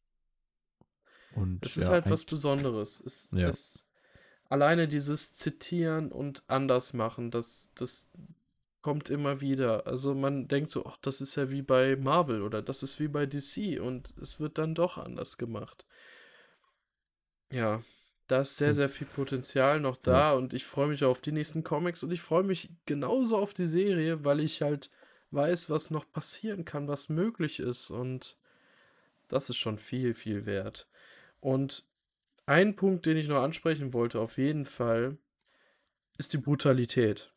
Und es ist ja, halt was eigentlich, Besonderes. Es ja. ist alleine dieses Zitieren und anders machen, das, das kommt immer wieder. Also man denkt so, ach, das ist ja wie bei Marvel oder das ist wie bei D C und es wird dann doch anders gemacht. Ja, da ist sehr, Und sehr viel Potenzial noch ja, da und ich freue mich auf die nächsten Comics und ich freue mich genauso auf die Serie, weil ich halt weiß, was noch passieren kann, was möglich ist und das ist schon viel, viel wert. Und ein Punkt, den ich noch ansprechen wollte, auf jeden Fall, ist die Brutalität.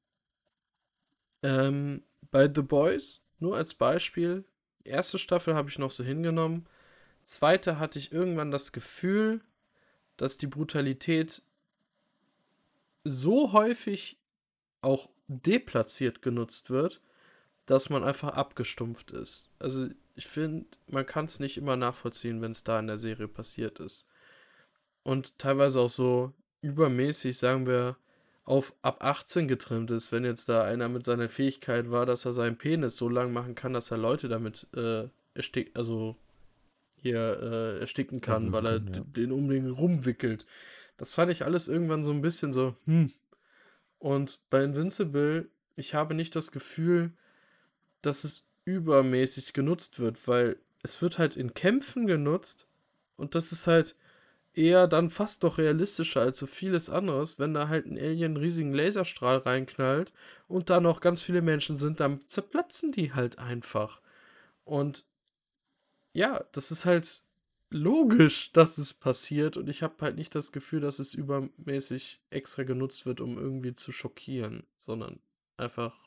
Ähm, bei The Boys, nur als Beispiel, die erste Staffel habe ich noch so hingenommen. Zweite hatte ich irgendwann das Gefühl, dass die Brutalität so häufig auch deplatziert genutzt wird, dass man einfach abgestumpft ist. Also ich finde, man kann es nicht immer nachvollziehen, wenn es da in der Serie passiert ist. Und teilweise auch so übermäßig, sagen wir, auf ab achtzehn getrimmt ist, wenn jetzt da einer mit seiner Fähigkeit war, dass er seinen Penis so lang machen kann, dass er Leute damit äh, erstick, also hier äh, ersticken kann, weil erwürgen er können, d- ja. den unbedingt rumwickelt. Das fand ich alles irgendwann so ein bisschen so, hm. Und bei Invincible, ich habe nicht das Gefühl, dass es übermäßig genutzt wird, weil es wird halt in Kämpfen genutzt und das ist halt eher dann fast noch realistischer als so vieles anderes, wenn da halt ein Alien einen riesigen Laserstrahl reinknallt und da noch ganz viele Menschen sind, dann zerplatzen die halt einfach. Und ja, das ist halt logisch, dass es passiert und ich habe halt nicht das Gefühl, dass es übermäßig extra genutzt wird, um irgendwie zu schockieren, sondern einfach,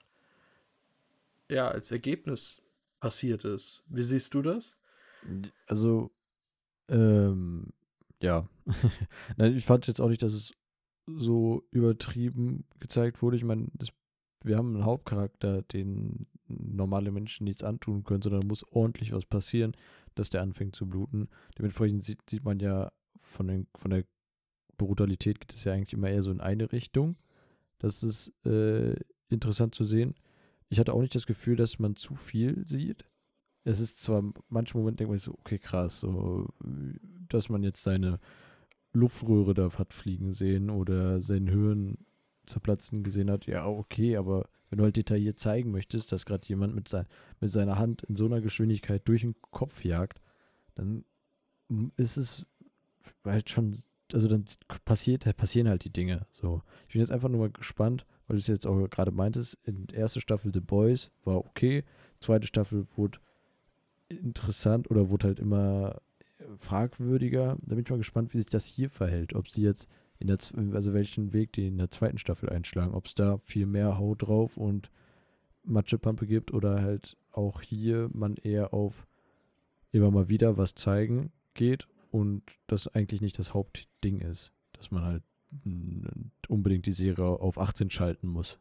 ja, als Ergebnis passiert ist. Wie siehst du das? Also, ähm, ja. Nein, ich fand jetzt auch nicht, dass es so übertrieben gezeigt wurde. Ich meine, das, wir haben einen Hauptcharakter, den normale Menschen nichts antun können, sondern muss ordentlich was passieren, dass der anfängt zu bluten. Dementsprechend sieht, sieht man ja von, den, von der Brutalität geht es ja eigentlich immer eher so in eine Richtung. Das ist äh, interessant zu sehen. Ich hatte auch nicht das Gefühl, dass man zu viel sieht. Es ist zwar, manchen Momenten denkt man sich so, okay, krass, so, dass man jetzt seine Luftröhre da hat fliegen sehen oder sein Hirn zerplatzen gesehen hat, ja, okay, aber wenn du halt detailliert zeigen möchtest, dass gerade jemand mit, sein, mit seiner Hand in so einer Geschwindigkeit durch den Kopf jagt, dann ist es halt schon, also dann passiert, passieren halt die Dinge. So. Ich bin jetzt einfach nur mal gespannt, weil du es jetzt auch gerade meintest, in der ersten Staffel The Boys war okay, zweite Staffel wurde interessant oder wurde halt immer fragwürdiger. Da bin ich mal gespannt, wie sich das hier verhält. Ob sie jetzt in der, also welchen Weg die in der zweiten Staffel einschlagen. Ob es da viel mehr Haut drauf und Matschepampe gibt oder halt auch hier man eher auf immer mal wieder was zeigen geht und das eigentlich nicht das Hauptding ist. Dass man halt unbedingt die Serie auf achtzehn schalten muss.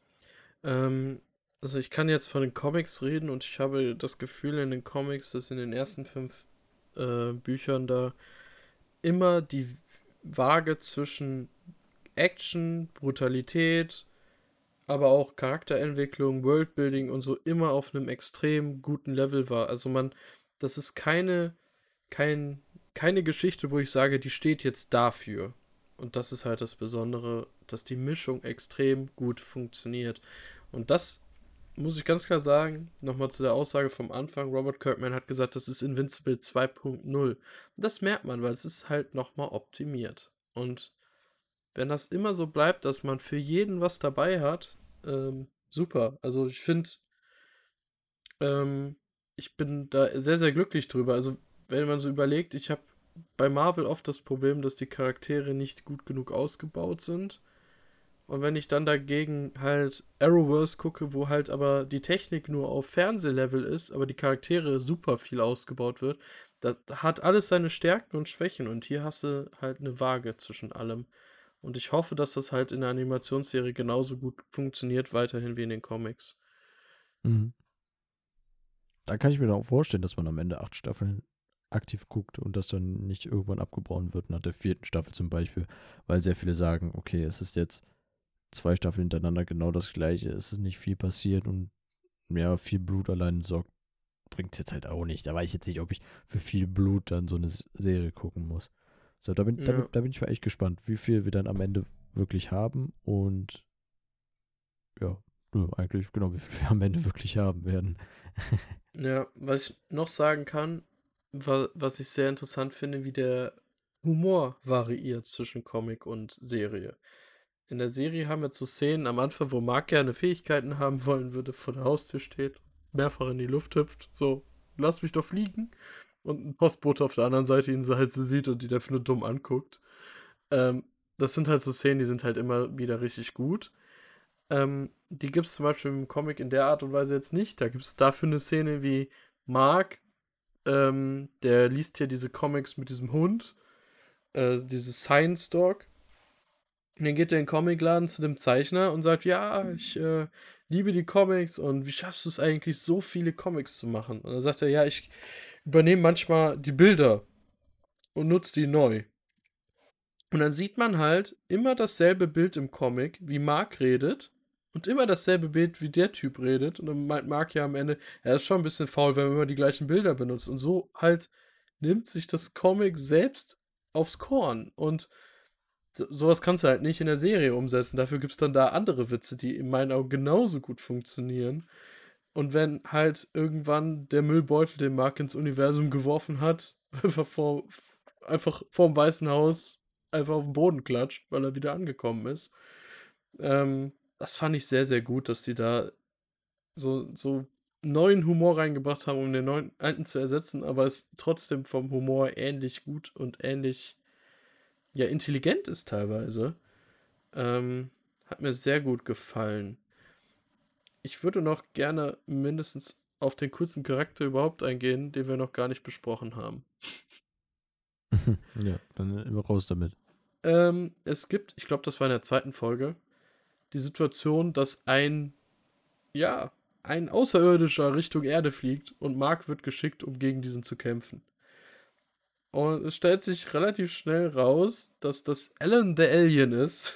Ähm, also ich kann jetzt von den Comics reden und ich habe das Gefühl in den Comics, dass in den ersten fünf äh, Büchern da immer die Waage zwischen Action, Brutalität, aber auch Charakterentwicklung, Worldbuilding und so immer auf einem extrem guten Level war. Also man, das ist keine, kein, keine Geschichte, wo ich sage, die steht jetzt dafür. Und das ist halt das Besondere, dass die Mischung extrem gut funktioniert. Und das muss ich ganz klar sagen, nochmal zu der Aussage vom Anfang, Robert Kirkman hat gesagt, das ist Invincible zwei Punkt null. Und das merkt man, weil es ist halt nochmal optimiert. Und wenn das immer so bleibt, dass man für jeden was dabei hat, ähm, super. Also ich finde, ähm, ich bin da sehr, sehr glücklich drüber. Also wenn man so überlegt, ich habe bei Marvel oft das Problem, dass die Charaktere nicht gut genug ausgebaut sind. Und wenn ich dann dagegen halt Arrowverse gucke, wo halt aber die Technik nur auf Fernsehlevel ist, aber die Charaktere super viel ausgebaut wird, das hat alles seine Stärken und Schwächen. Und hier hast du halt eine Waage zwischen allem. Und ich hoffe, dass das halt in der Animationsserie genauso gut funktioniert, weiterhin wie in den Comics. Mhm. Da kann ich mir dann auch vorstellen, dass man am Ende acht Staffeln aktiv guckt und das dann nicht irgendwann abgebrochen wird nach der vierten Staffel zum Beispiel, weil sehr viele sagen, okay, es ist jetzt zwei Staffeln hintereinander genau das gleiche, es ist nicht viel passiert und ja, viel Blut allein sorgt, bringt es jetzt halt auch nicht. Da weiß ich jetzt nicht, ob ich für viel Blut dann so eine Serie gucken muss. So, da bin, da bin, Ja, da bin ich mal echt gespannt, wie viel wir dann am Ende wirklich haben und ja, nö, eigentlich genau, wie viel wir am Ende wirklich haben werden. ja, was ich noch sagen kann, wa was ich sehr interessant finde, wie der Humor variiert zwischen Comic und Serie. In der Serie haben wir zu Szenen am Anfang, wo Mark gerne Fähigkeiten haben wollen würde, vor der Haustür steht, mehrfach in die Luft hüpft, so, lass mich doch fliegen. Und ein Postbote auf der anderen Seite ihn so halt so sieht und die dafür nur dumm anguckt. Ähm, das sind halt so Szenen, die sind halt immer wieder richtig gut. Ähm, die gibt es zum Beispiel im Comic in der Art und Weise jetzt nicht. Da gibt es dafür eine Szene wie Mark, ähm, der liest hier diese Comics mit diesem Hund, äh, dieses Science Dog. Und dann geht er in den Comicladen zu dem Zeichner und sagt, ja, ich äh, liebe die Comics und wie schaffst du es eigentlich, so viele Comics zu machen? Und dann sagt er, ja, ich übernehme manchmal die Bilder und nutze die neu. Und dann sieht man halt immer dasselbe Bild im Comic, wie Mark redet. Und immer dasselbe Bild, wie der Typ redet. Und dann meint Mark ja am Ende, er ist schon ein bisschen faul, wenn man immer die gleichen Bilder benutzt. Und so halt nimmt sich das Comic selbst aufs Korn. Und so- sowas kannst du halt nicht in der Serie umsetzen. Dafür gibt es dann da andere Witze, die in meinen Augen genauso gut funktionieren. Und wenn halt irgendwann der Müllbeutel, den Mark ins Universum geworfen hat, einfach vor, einfach vorm Weißen Haus einfach auf den Boden klatscht, weil er wieder angekommen ist. Ähm, das fand ich sehr, sehr gut, dass die da so, so neuen Humor reingebracht haben, um den neuen alten zu ersetzen, aber es trotzdem vom Humor ähnlich gut und ähnlich, ja, intelligent ist teilweise. Ähm, hat mir sehr gut gefallen. Ich würde noch gerne mindestens auf den kurzen Charakter überhaupt eingehen, den wir noch gar nicht besprochen haben. Ja, dann immer raus damit. Ähm, es gibt, ich glaube, das war in der zweiten Folge, die Situation, dass ein, ja, ein Außerirdischer Richtung Erde fliegt und Mark wird geschickt, um gegen diesen zu kämpfen. Und es stellt sich relativ schnell raus, dass das Alan the Alien ist,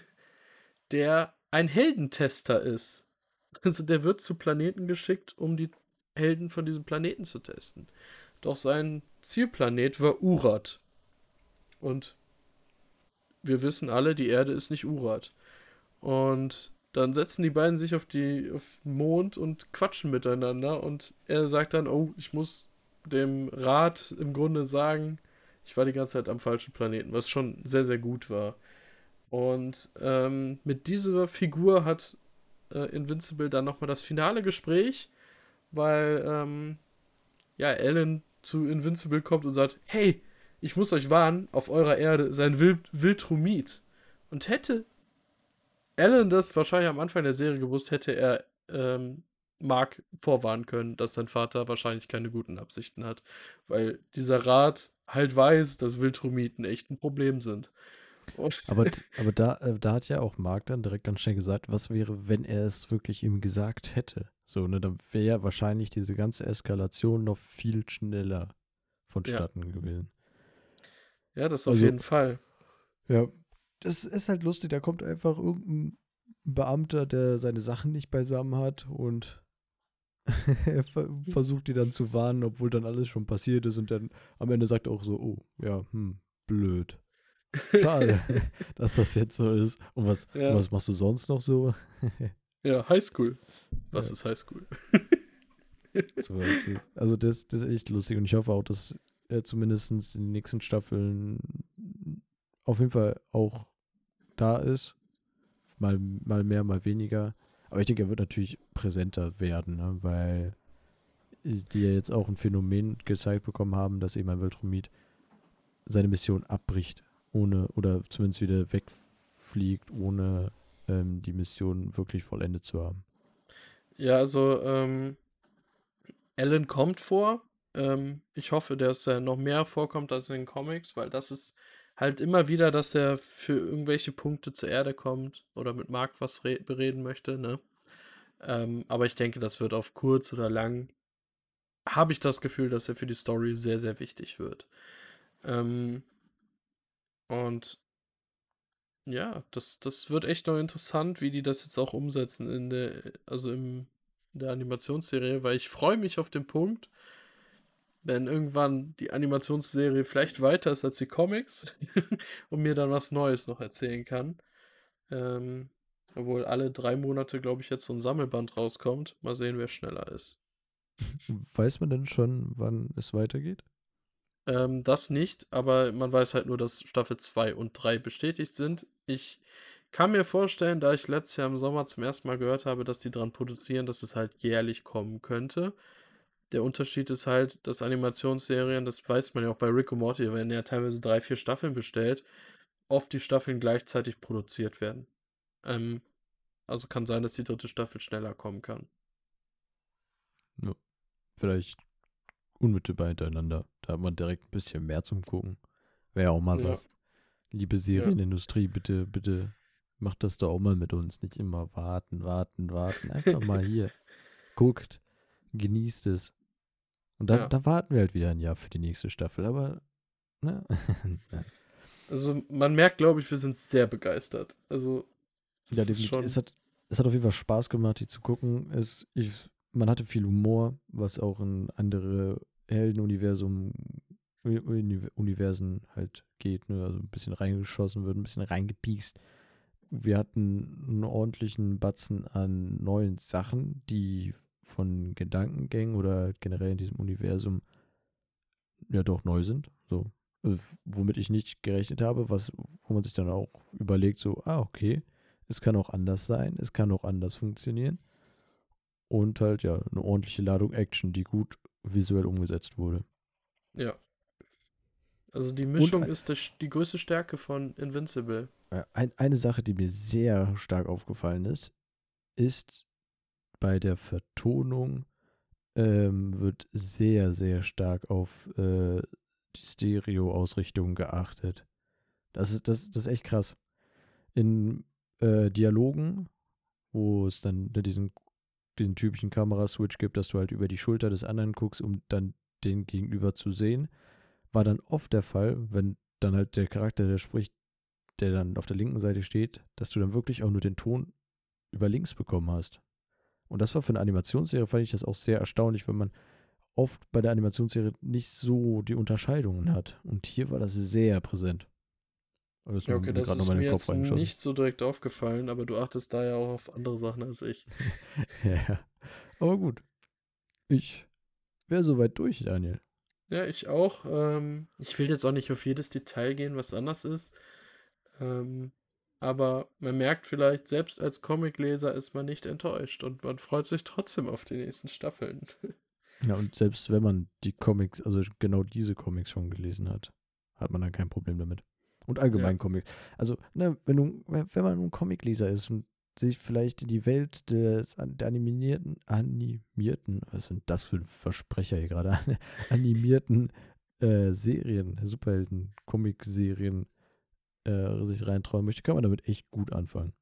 der ein Heldentester ist. Also der wird zu Planeten geschickt, um die Helden von diesem Planeten zu testen. Doch sein Zielplanet war Urat. Und wir wissen alle, die Erde ist nicht Urat. Und dann setzen die beiden sich auf, die, auf den Mond und quatschen miteinander. Und er sagt dann, oh, ich muss dem Rat im Grunde sagen, ich war die ganze Zeit am falschen Planeten, was schon sehr, sehr gut war. Und ähm, mit dieser Figur hat äh, Invincible dann nochmal das finale Gespräch, weil ähm, ja, Alan zu Invincible kommt und sagt, hey, ich muss euch warnen, auf eurer Erde ist ein Wild Wildrumid. Und hätte Alan das wahrscheinlich am Anfang der Serie gewusst, hätte er ähm, Mark vorwarnen können, dass sein Vater wahrscheinlich keine guten Absichten hat. Weil dieser Rat halt weiß, dass Wildrumiden echt ein Problem sind. Und Aber, d- aber da, äh, da hat ja auch Mark dann direkt ganz schnell gesagt, was wäre, wenn er es wirklich ihm gesagt hätte. So, ne, dann wäre ja wahrscheinlich diese ganze Eskalation noch viel schneller ja, vonstatten gewesen. ja, das auf Also, jeden Fall. ja, das ist halt lustig, da kommt einfach irgendein Beamter, der seine Sachen nicht beisammen hat und er ver versucht die dann zu warnen, obwohl dann alles schon passiert ist und dann am Ende sagt er auch so, oh, ja, hm, blöd. Schade, dass das jetzt so ist. Und was, und ja, was machst du sonst noch so? ja, Highschool. Was Ja, ist Highschool? so, also also das, das ist echt lustig und ich hoffe auch, dass er zumindest in den nächsten Staffeln auf jeden Fall auch da ist. Mal, mal mehr, mal weniger. Aber ich denke, er wird natürlich präsenter werden, ne? Weil die ja jetzt auch ein Phänomen gezeigt bekommen haben, dass eben ein Weltromid seine Mission abbricht, ohne, oder zumindest wieder wegfliegt, ohne ähm, die Mission wirklich vollendet zu haben. Ja, also, ähm, Alan kommt vor. Ähm, ich hoffe, dass er noch mehr vorkommt als in den Comics, weil das ist halt immer wieder, dass er für irgendwelche Punkte zur Erde kommt oder mit Mark was re bereden möchte, ne? Ähm, aber ich denke, das wird auf kurz oder lang, habe ich das Gefühl, dass er für die Story sehr, sehr wichtig wird. Ähm, und ja, das, das wird echt noch interessant, wie die das jetzt auch umsetzen in der, also im, in der Animationsserie, weil ich freue mich auf den Punkt, wenn irgendwann die Animationsserie vielleicht weiter ist als die Comics und mir dann was Neues noch erzählen kann. Ähm, obwohl alle drei Monate, glaube ich, jetzt so ein Sammelband rauskommt. Mal sehen, wer schneller ist. Weiß man denn schon, wann es weitergeht? Ähm, das nicht, aber man weiß halt nur, dass Staffel zwei und drei bestätigt sind. Ich kann mir vorstellen, da ich letztes Jahr im Sommer zum ersten Mal gehört habe, dass die dran produzieren, dass es halt jährlich kommen könnte. Der Unterschied ist halt, dass Animationsserien, das weiß man ja auch bei Rick und Morty, da werden ja teilweise drei, vier Staffeln bestellt, oft die Staffeln gleichzeitig produziert werden. Ähm, also kann sein, dass die dritte Staffel schneller kommen kann. Ja, vielleicht unmittelbar hintereinander. Da hat man direkt ein bisschen mehr zum Gucken. Wäre ja auch mal Ja, was. Liebe ja, Serienindustrie, bitte, bitte macht das doch auch mal mit uns. Nicht immer warten, warten, warten. Einfach mal hier. Guckt, genießt es. Und dann, ja. dann warten wir halt wieder ein Jahr für die nächste Staffel. Aber, ne? Nein. Also man merkt, glaube ich, wir sind sehr begeistert. Also, Ja, das ist definitiv. Es schon, hat, es hat auf jeden Fall Spaß gemacht, die zu gucken. Es, ich, man hatte viel Humor, was auch in andere Heldenuniversum Uni- Uni- Universen halt geht, ne? Also ein bisschen reingeschossen wird, ein bisschen reingepiekst. Wir hatten einen ordentlichen Batzen an neuen Sachen, die von Gedankengängen oder generell in diesem Universum ja doch neu sind. So. Äh, Womit ich nicht gerechnet habe, was, wo man sich dann auch überlegt, so, ah, okay, es kann auch anders sein, es kann auch anders funktionieren. und halt ja eine ordentliche Ladung Action, die gut visuell umgesetzt wurde. Ja. Also die Und Mischung ist der, die größte Stärke von Invincible. äh, ein, eine Sache, die mir sehr stark aufgefallen ist, ist bei der Vertonung ähm, wird sehr, sehr stark auf äh, die Stereo-Ausrichtung geachtet. Das ist, das, das ist echt krass. In äh, Dialogen, wo es dann ne, diesen, diesen typischen Kameraswitch gibt, dass du halt über die Schulter des anderen guckst, um dann den Gegenüber zu sehen, war dann oft der Fall, wenn dann halt der Charakter, der spricht, der dann auf der linken Seite steht, dass du dann wirklich auch nur den Ton über links bekommen hast. Und das war für eine Animationsserie, fand ich das auch sehr erstaunlich, wenn man oft bei der Animationsserie nicht so die Unterscheidungen hat. Und hier war das sehr präsent. Das ist Ja, mir okay, das gerade ist nochmal in mir den Kopf jetzt reingeschossen. nicht so direkt aufgefallen, aber du achtest da ja auch auf andere Sachen als ich. Ja, aber gut. Ich wäre soweit durch, Daniel. Ja, ich auch. Ähm, ich will jetzt auch nicht auf jedes Detail gehen, was anders ist. Ähm, aber man merkt vielleicht, selbst als Comicleser ist man nicht enttäuscht und man freut sich trotzdem auf die nächsten Staffeln. Ja, und selbst wenn man die Comics, also genau diese Comics schon gelesen hat, hat man dann kein Problem damit. Und Ja, allgemein Comics. Also, ne, wenn du, wenn wenn man ein Comicleser ist und sich vielleicht in die Welt des, der animierten, animierten, was sind das für ein Versprecher hier gerade, animierten äh, Serien, Superhelden, Comic-Serien äh, sich reintrauen möchte, kann man damit echt gut anfangen.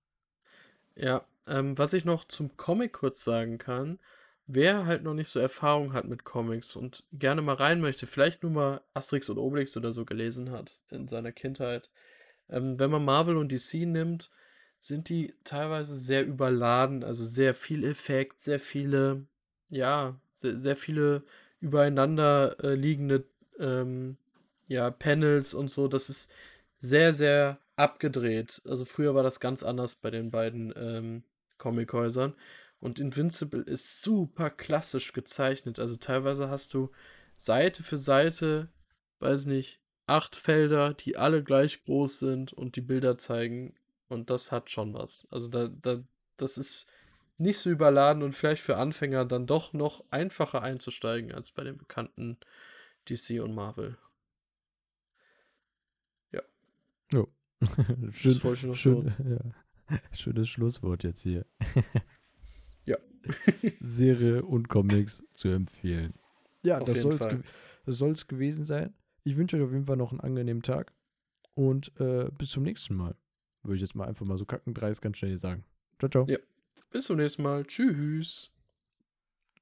ja. Ähm, was ich noch zum Comic kurz sagen kann, wer halt noch nicht so Erfahrung hat mit Comics und gerne mal rein möchte, vielleicht nur mal Asterix und Obelix oder so gelesen hat in seiner Kindheit. Ähm, wenn man Marvel und D C nimmt, sind die teilweise sehr überladen, also sehr viel Effekt, sehr viele, ja, sehr, sehr viele übereinander äh, liegende ähm, ja, Panels und so. Das ist sehr, sehr abgedreht. Also früher war das ganz anders bei den beiden ähm, Comichäusern. Und Invincible ist super klassisch gezeichnet. Also teilweise hast du Seite für Seite, weiß nicht, acht Felder, die alle gleich groß sind und die Bilder zeigen. Und das hat schon was. Also da, da, das ist nicht so überladen und vielleicht für Anfänger dann doch noch einfacher einzusteigen als bei den bekannten D C und Marvel. Ja, Jo. das schön, wollte ich noch so. schön, ja. Schönes Schlusswort jetzt hier. Ja, Serie und Comics zu empfehlen. Ja, auf das jeden soll es Fall. ge das soll's gewesen sein. Ich wünsche euch auf jeden Fall noch einen angenehmen Tag und äh, bis zum nächsten Mal. Würde ich jetzt mal einfach mal so kackendreist ganz schnell sagen. Ciao, ciao. Ja, bis zum nächsten Mal. Tschüss.